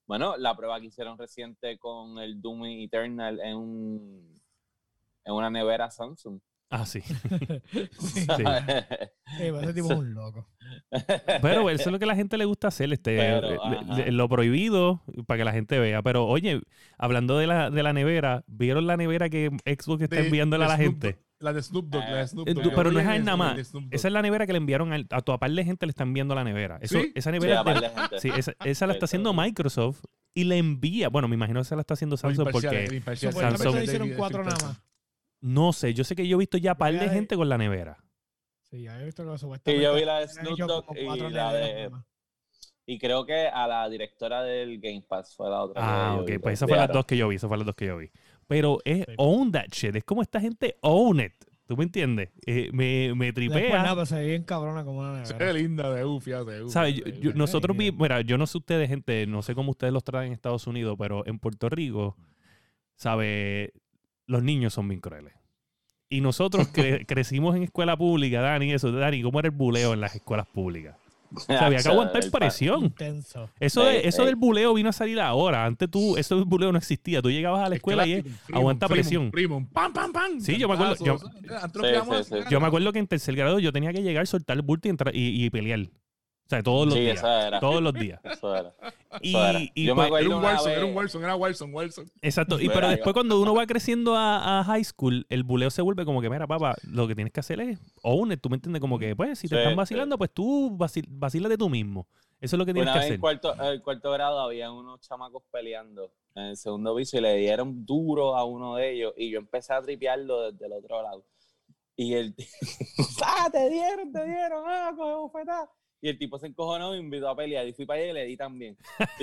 Bueno, la prueba que hicieron reciente con el Doom Eternal en, un, en una nevera Samsung. Ah, sí. Sí. Sí. Eh, ese tipo es un loco. Pero eso es lo que a la gente le gusta hacer, este, Pero, le- ajá. le- lo prohibido para que la gente vea. Pero oye, hablando de la, de la nevera, ¿vieron la nevera que Xbox está De- enviándola a de la Snoop gente? Dogg, La de Snoop Dogg, la de Snoop Eh, Dogg. tú- pero no es Yo a vi él nada el- más. el Snoop Dogg. Esa es la nevera que le enviaron al- a tu par de gente, le están enviando la nevera. Eso, ¿Sí? Esa Sí, nevera a es par de- de gente. sí, esa, esa la está haciendo Microsoft y le envía. Bueno, me imagino que se la está haciendo Los Samsung imparciales, porque el imparcial. Supuestamente Samsung- hicieron cuatro nada más. no sé. Yo sé que yo he visto ya par de Ya, gente con la nevera. Sí, ya he visto que Sí, supuestamente yo vi la de han Snoop hecho Dogg como y cuatro la neveras de... nada más. Y creo que a la directora del Game Pass fue la otra. Ah, que yo ok. vi, Pues esas de fueron las Aaron. dos que yo vi. Esas fueron las dos que yo vi. Pero es Sí. own that shit. Es como esta gente own it. ¿Tú me entiendes? Eh, me, me Después tripea. nada, pero se ve bien cabrona como una Se nevera. ve linda de U, fíjate. de U, ¿Sabes? Yo- fíjate, yo- U. nosotros Sí, vi, mira, yo no sé ustedes, gente, no sé cómo ustedes los tratan en Estados Unidos, pero en Puerto Rico, ¿sabes? Los niños son bien crueles. Y nosotros cre- crecimos en escuela pública, Dani, eso. Dani, ¿cómo era el buleo en las escuelas públicas? O sea, había que aguantar El pa- presión. Intenso. Eso, de, Ey, eso ey. del buleo vino a salir ahora. Antes tú, eso del buleo no existía. Tú llegabas a la Es escuela y es, clásico, primo, aguanta primo, presión. primo, pam, pam, pam. Sí, yo me acuerdo- yo- Cantazos, antes Sí, lo que sí, hacíamos- sí. Yo me acuerdo que en tercer grado yo tenía que llegar, soltar el bulto y, entrar, y, y pelear. O sea, todos los Sí, días. eso era. Todos los días. Eso era. Y, Eso era. y Yo me pues- acuerdo- Era un una Warzone, vez- era un Warzone, era Warzone, Warzone. exacto. Y, Mira, pero yo- después cuando uno va creciendo a, a high school, el buleo se vuelve como que, mira, papá, lo que tienes que hacer es own it. Tú me entiendes como que, pues, si te Sí, están sí. vacilando, pues tú vacil, vacílate tú mismo. Eso es lo que tienes Una que vez hacer. en cuarto, en cuarto grado había unos chamacos peleando en el segundo piso y le dieron duro a uno de ellos y yo empecé a tripearlo desde el otro lado. Y el ¡ah, te dieron, te dieron! ¡Ah, coge bofetada! Y el tipo se encojonó y me invitó a pelear. Y fui para allá y le di también.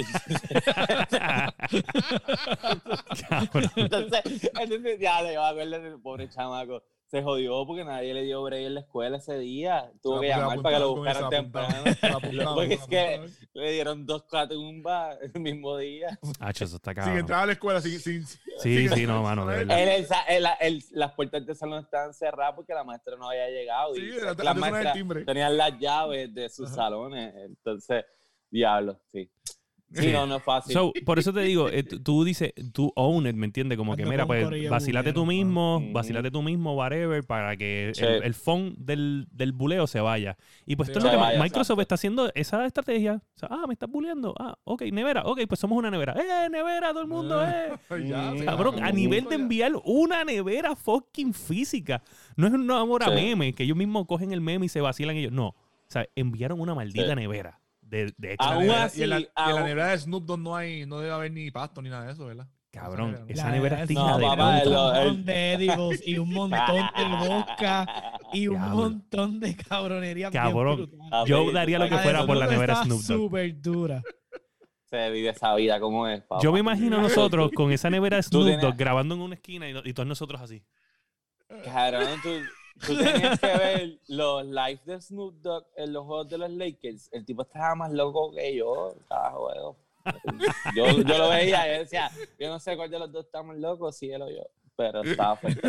Cabrón. entonces, entonces, ya le va a acuerdo del pobre chamaco. Se jodió porque nadie le dio break en la escuela ese día. Tuvo que llamar para que lo buscaran temprano. Porque es que le dieron dos catumbas el mismo día. Hacho, eso está Sin cabrón. entrar a la escuela, sin... sin Sí, sí, no, mano, de verdad. El- el sa- el- el- las puertas del salón estaban cerradas porque la maestra no había llegado. Sí, Y antes- las antes sonaba el maestras timbre. tenían las llaves de sus Ajá. salones. Entonces, diablo, sí. Sí, Sí. no, no es fácil. So, por eso te digo, eh, tú- tú dices, tú own it, ¿me entiendes? Como que, Ando mira, con un pues, corillo de vacílate tú buleros, mismo, ¿no? vacílate tú mismo, whatever, para que Sí. el, el fun del, del buleo se vaya. Y pues Se esto es lo que vaya, Microsoft exacto. está haciendo, esa estrategia. O sea, ah, me estás bulleando. Ah, ok, nevera. Ok, pues somos una nevera. ¡Eh, nevera, todo el mundo, eh! Ya, Mm, sí, Cabrón, ya, a ya. nivel de enviar una nevera fucking física. No es una hora Sí. meme, que ellos mismos cogen el meme y se vacilan ellos. No. O sea, enviaron una maldita Sí. nevera de, de Y en extra. la Aún nevera- así, y en la, y en la aún- nevera de Snoop Dogg no hay, no debe haber ni pasto ni nada de eso, ¿verdad? Cabrón, Esa esa La nevera verdad está es hija No, de papá, puta. un lo- el- montón de edibles y un montón de vodka y un Diablo. montón de cabronería. bien Cabrón. brutal. Ah, Yo sí, daría lo tú que La sabes fuera de por la Snoop nevera está Snoop Dogg. súper dura. Se vive esa vida como es, papá. Yo me imagino a nosotros con esa nevera Tú Snoop tienes- Dogg grabando en una esquina y, y todos nosotros así. Cabrón, tú, tú tenías que ver los lives de Snoop Dogg en los juegos de los Lakers. El tipo estaba más loco que yo cada juego. Yo, yo lo veía y decía, yo no sé cuál de los dos está más loco, si él o yo. Pero estaba fuerte.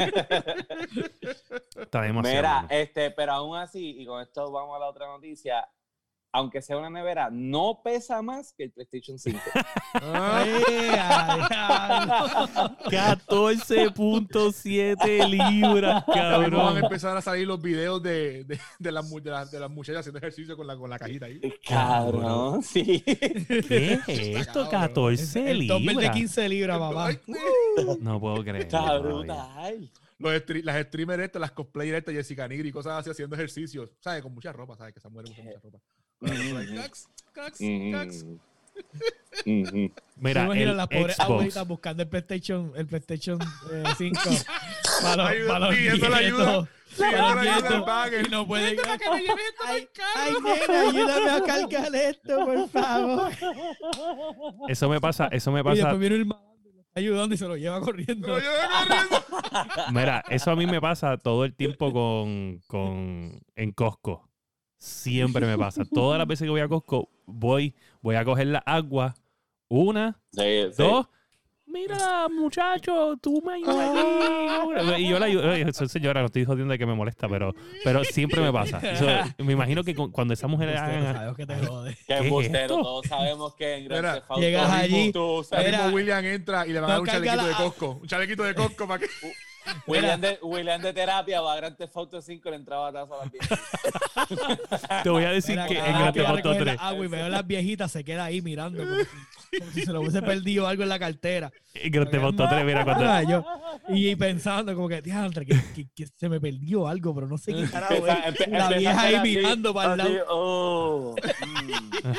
Está demasiado. Mira, mano. este, pero aún así, y con esto vamos a la otra noticia, aunque sea una nevera, no pesa más que el PlayStation cinco. Ah, ¡Eh, a diablo! catorce punto siete libras, ahora mismo van a cabrón. empezar a salir los videos de, de, de, las, mu- de, las, de las muchachas haciendo ejercicio con la, con la cajita ahí. Cabrón, sí. ¿Qué es esto? catorce El topper de libras. quince libras, papá. Ay, No puedo creer. Está brutal. Los stre- las streamers estas, las cosplayers estas, Jessica Nigri y cosas así haciendo ejercicios, ¿sabes? Con mucha ropa, ¿sabes? Que esa mujer usa mucha ropa. Mm. Cax, cax, Mm. cax. Mhm. Mira, ¿Te imaginas el las pobres Xbox. abuelitas buscando el PlayStation, el PlayStation eh, cinco para los, Ayuda, para los pidiendo la ayuda, nietos? pidiendo Para los la ayuda del nietos, bagger. y no pueden. Para que me lleve esto Ay, del carro. ay, nena, ayúdame a cargar esto, por favor. Eso me pasa, eso me Y pasa. después viene el malandro, y lo está ayudando y se lo lleva corriendo. Lo llevé corriendo. Mira, eso a mí me pasa todo el tiempo con, con en Costco. Siempre me pasa. Todas las veces que voy a Costco, voy, voy a coger la agua. Una, Sí, sí. dos, mira, muchacho, tú me ayudas. Y yo la ayudo. Soy señora, no estoy jodiendo de que me molesta, pero, pero siempre me pasa. So, me imagino que cu- cuando esa mujer haga... Sabes que te jode. Que ¿Qué es embustero, esto? todos sabemos que en Grand Mira, Theft Auto llegas allí, tú Ahora Mira, mismo William entra y le van a dar no un carga chalequito la- de Costco. Un chalequito de Costco para que... William de, William de terapia va a Grand Theft Auto cinco y le entraba a tazo a las viejas. Te voy a decir Mira, que cada en vez Grand que Theft va a Auto recoger tres... la agua y veo a las viejitas, se queda ahí mirando como si, como si se lo hubiese perdido algo en la cartera. En Grand Theft Auto tres, mira, cuando... Ah, yo- y pensando como que, diantre, que, que, que se me perdió algo, pero no sé qué carajo Empieza- es. empe- La empieza vieja a ahí hacer así, mirando para el así, lado. oh, mm.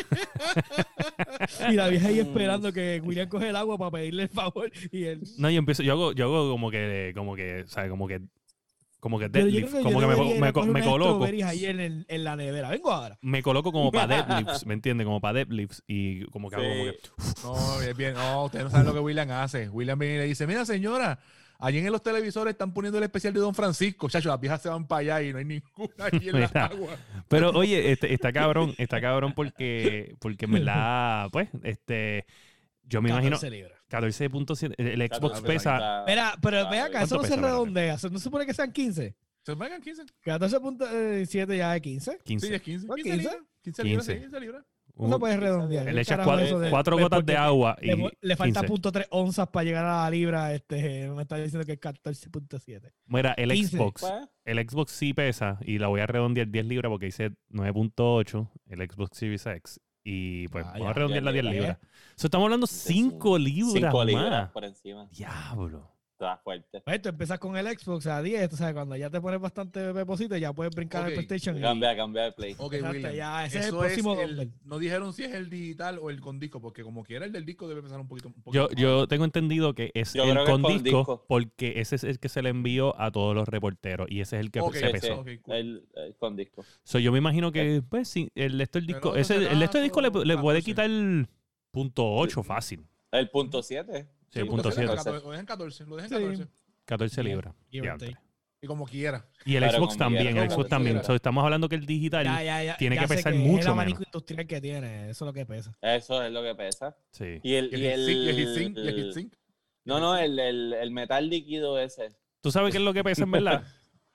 Y la vieja ahí esperando que William coge el agua para pedirle el favor. Y él... No, yo empiezo, yo hago, yo hago como que, como que, ¿sabes? Como que, como que Pero yo deadlift, creo que como yo que me, debería ir a me, coger me unas coloco, strawberries ahí en, el- en la nevera. Vengo ahora. me coloco como para deadlifts, ¿me entiendes? Como para deadlifts y como que hago como que, No, es bien. No, ustedes no saben lo que William hace. William viene y le dice, mira señora, allí en los televisores están poniendo el especial de Don Francisco. Chacho, las viejas se van para allá y no hay ninguna allí en la Mira. agua. pero oye, este, está cabrón, está cabrón porque, porque en verdad, pues, este, yo me imagino, catorce libras. catorce punto siete, el Xbox catorce, pesa, Mira, pero ve acá, eso ¿Cuánto no se pesa, verdad? redondea. ¿No se supone que sean quince? ¿Se pagan quince? catorce punto siete ya es quince. quince. Sí, es quince. ¿No, quince quince? libras. quince libras, quince. sí, quince libras. No se puede redondear. Le ¿Qué echas carajo cuatro, eso de- cuatro pues, gotas porque de agua y Le, le falta quince. punto tres onzas para llegar a la libra. Este, me está diciendo que es catorce punto siete. Mira, el quince. Xbox, Pues, el Xbox sí pesa y la voy a redondear diez libras porque dice nueve punto ocho el Xbox Series X y pues Ah, vamos ya, a redondear ya, las diez ya, ya. libras. So, estamos hablando cinco libras cinco libras más. por encima. Diablo. Está fuerte. Pues tú empiezas con el Xbox a diez, tú sabes, cuando ya te pones bastante peposito, ya puedes brincar Ok. al PlayStation. y- Cambia, cambia de play. Ok, Exacto, William. ya, ese es el Eso próximo el- Dumble. no dijeron si es el digital o el con disco, porque como quiera el del disco debe pesar un poquito. Un poquito Yo, más. yo tengo entendido que es Yo el creo que es con con disco, disco. porque ese es el que se le envió a todos los reporteros y ese es el que Ok, se Sí, pesó. sí, Ok, cool. el, el con disco. So, yo me imagino que, pues sí, el de esto del Pero disco, no, ese, entonces el de esto del nada, disco le, son le puede catorce. quitar punto ocho fácil. El punto siete. Sí, Sí, punto porque siete. catorce, lo dejan catorce, lo dejan Sí. catorce. catorce libras. Give or diantre. take. Y como quiera. Y el Pero Xbox como también, quiera, el como Xbox también. quiera. So, estamos hablando que el digital Ya, ya, ya, tiene ya que sé pesar es mucho el abanico menos. industrial que tiene, eso es lo que pesa. Eso es lo que pesa. Sí. Y el. Y Y el el, heatsink, y el heatsink, y el heatsink. no, no, el, el, el metal líquido ese. ¿Tú sabes qué es lo que pesa en verdad?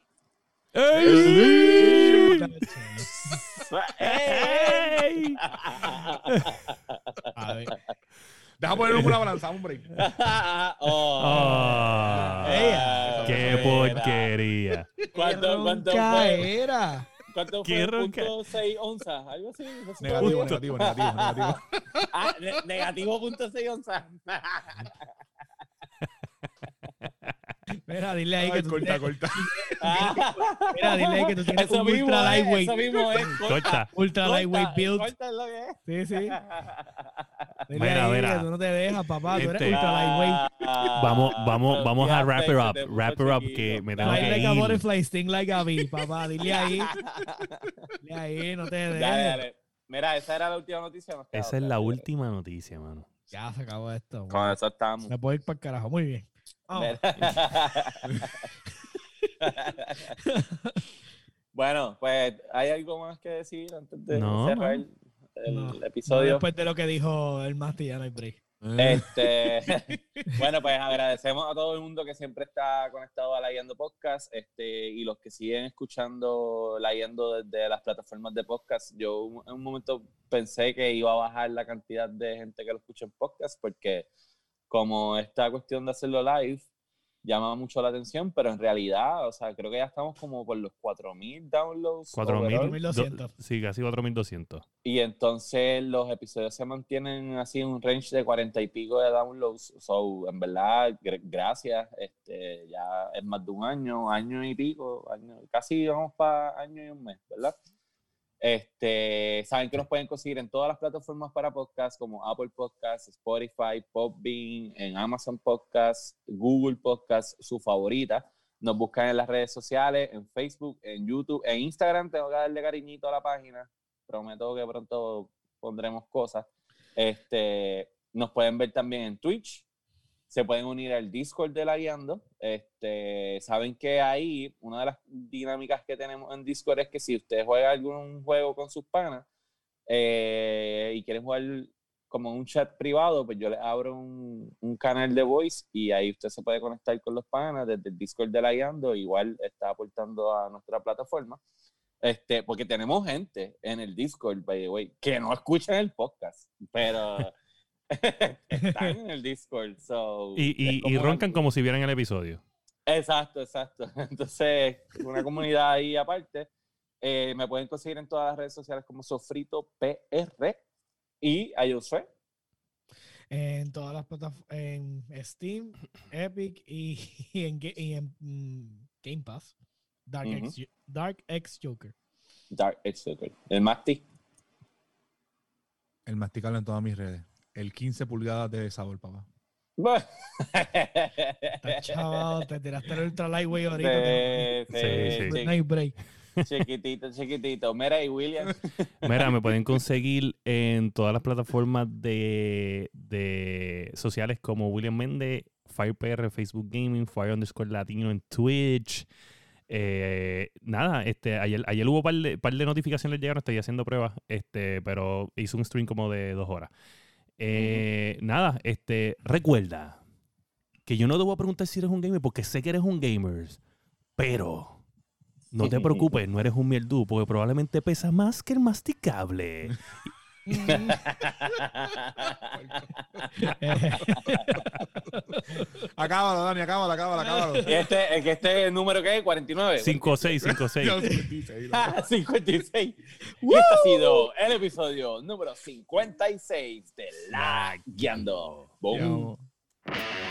¡Ey! ¡Ey! A ver. Deja ponerlo en una balanza, hombre. oh, Oh, Ella. ¡Qué Era. porquería! ¿Cuánto, cuánto ronca fue? era. ¿Cuánto Qué fue? ronca. Punto seis onzas, algo así. No sé Negativo, cuánto. negativo, negativo, negativo. Ah, ne- negativo punto seis onzas. Mira, dile ahí que Ay, tú corta, tienes, corta. mira, dile ahí que tú tienes Eso un mismo ultra es, lightweight. eso mismo es. Corta. Ultra corta, lightweight build. corta es lo que es. Sí, sí. Dile Mira, ahí mira. que tú no te dejas, papá. Tú eres Este- ultra lightweight. Vamos, vamos, vamos a wrap it Ya, up, se te wrap it puso up, chiquillo. que me tengo Fly que like a ir. butterfly, sting like a bee, papá. Dile ahí. Dile ahí, no te dejes. Dale, dale. Mira, esa era la última noticia. nos queda Esa es otra, la yo creo. última noticia, mano. Ya se acabó esto. Con eso estamos. Me puedo ir para el carajo. Muy bien. Vamos. Bueno, pues, ¿hay algo más que decir antes de No, cerrar no. el, el No, No, episodio? después de lo que dijo el Masti, ya no hay break. Este, bueno, pues agradecemos a todo el mundo que siempre está conectado a La Guiando Podcast, este, y los que siguen escuchando La Guiando desde las plataformas de podcast. Yo en un momento pensé que iba a bajar la cantidad de gente que lo escucha en podcast, porque como esta cuestión de hacerlo live llama mucho la atención, pero en realidad, o sea, creo que ya estamos como por los cuatro mil downloads. cuatro mil overall. mil doscientos. Sí, casi cuatro mil doscientos. Y entonces los episodios se mantienen así en un range de cuarenta y pico de downloads. So, en verdad, gr- gracias. Este, ya es más de un año, año y pico, año, casi vamos para año y un mes, ¿verdad? Este, saben que nos pueden conseguir en todas las plataformas para podcast como Apple Podcasts, Spotify, Podbean, en Amazon Podcasts, Google Podcasts, su favorita. Nos buscan en las redes sociales, en Facebook, en YouTube, en Instagram. Tengo que darle cariñito a la página. Prometo que pronto pondremos cosas. Este, nos pueden ver también en Twitch. Se pueden unir al Discord de La Guiando. Este, saben que ahí una de las dinámicas que tenemos en Discord es que si usted juega algún juego con sus panas eh, y quieren jugar como un chat privado, pues yo les abro un, un canal de voice y ahí usted se puede conectar con los panas desde el Discord de Lagueando, igual está aportando a nuestra plataforma. Este, porque tenemos gente en el Discord, by the way, que no escuchan el podcast, pero están en el Discord. So, Y, y, y roncan una... como si vieran el episodio. Exacto, exacto. Entonces, una comunidad ahí aparte. Eh, me pueden conseguir en todas las redes sociales como Sofrito P R y a Josué. En todas las plataformas, en Steam, Epic y, y en, y en um, Game Pass. Dark, uh-huh. X, Dark X Joker. Dark X Joker. El Masti. El masticable en todas mis redes. El quince pulgadas de sabor, papá. Chaval, te tiraste el ultra lightweight ahorita. Sí, sí, sí. sí. No hay break. Chiquitito, chiquitito. Mira, y William. Mira, me pueden conseguir en todas las plataformas de, de sociales como William Méndez, FirePR, Facebook Gaming, Fire underscore Latino en Twitch. Eh, nada, este, ayer, ayer hubo un par de, par de notificaciones llegaron, estoy haciendo pruebas, este, pero hice un stream como de dos horas. Eh, uh-huh. Nada, este, recuerda que yo no te voy a preguntar si eres un gamer porque sé que eres un gamer, pero no te preocupes, no eres un mierdú porque probablemente pesa más que el masticable. Acábalo, Dani, acábalo, acábalo, acábalo. Este, que este número que es cuarenta y nueve. cincuenta y seis, cincuenta y seis. cincuenta y seis. Y este ha sido el episodio número cincuenta y seis de Lagueando. Boom.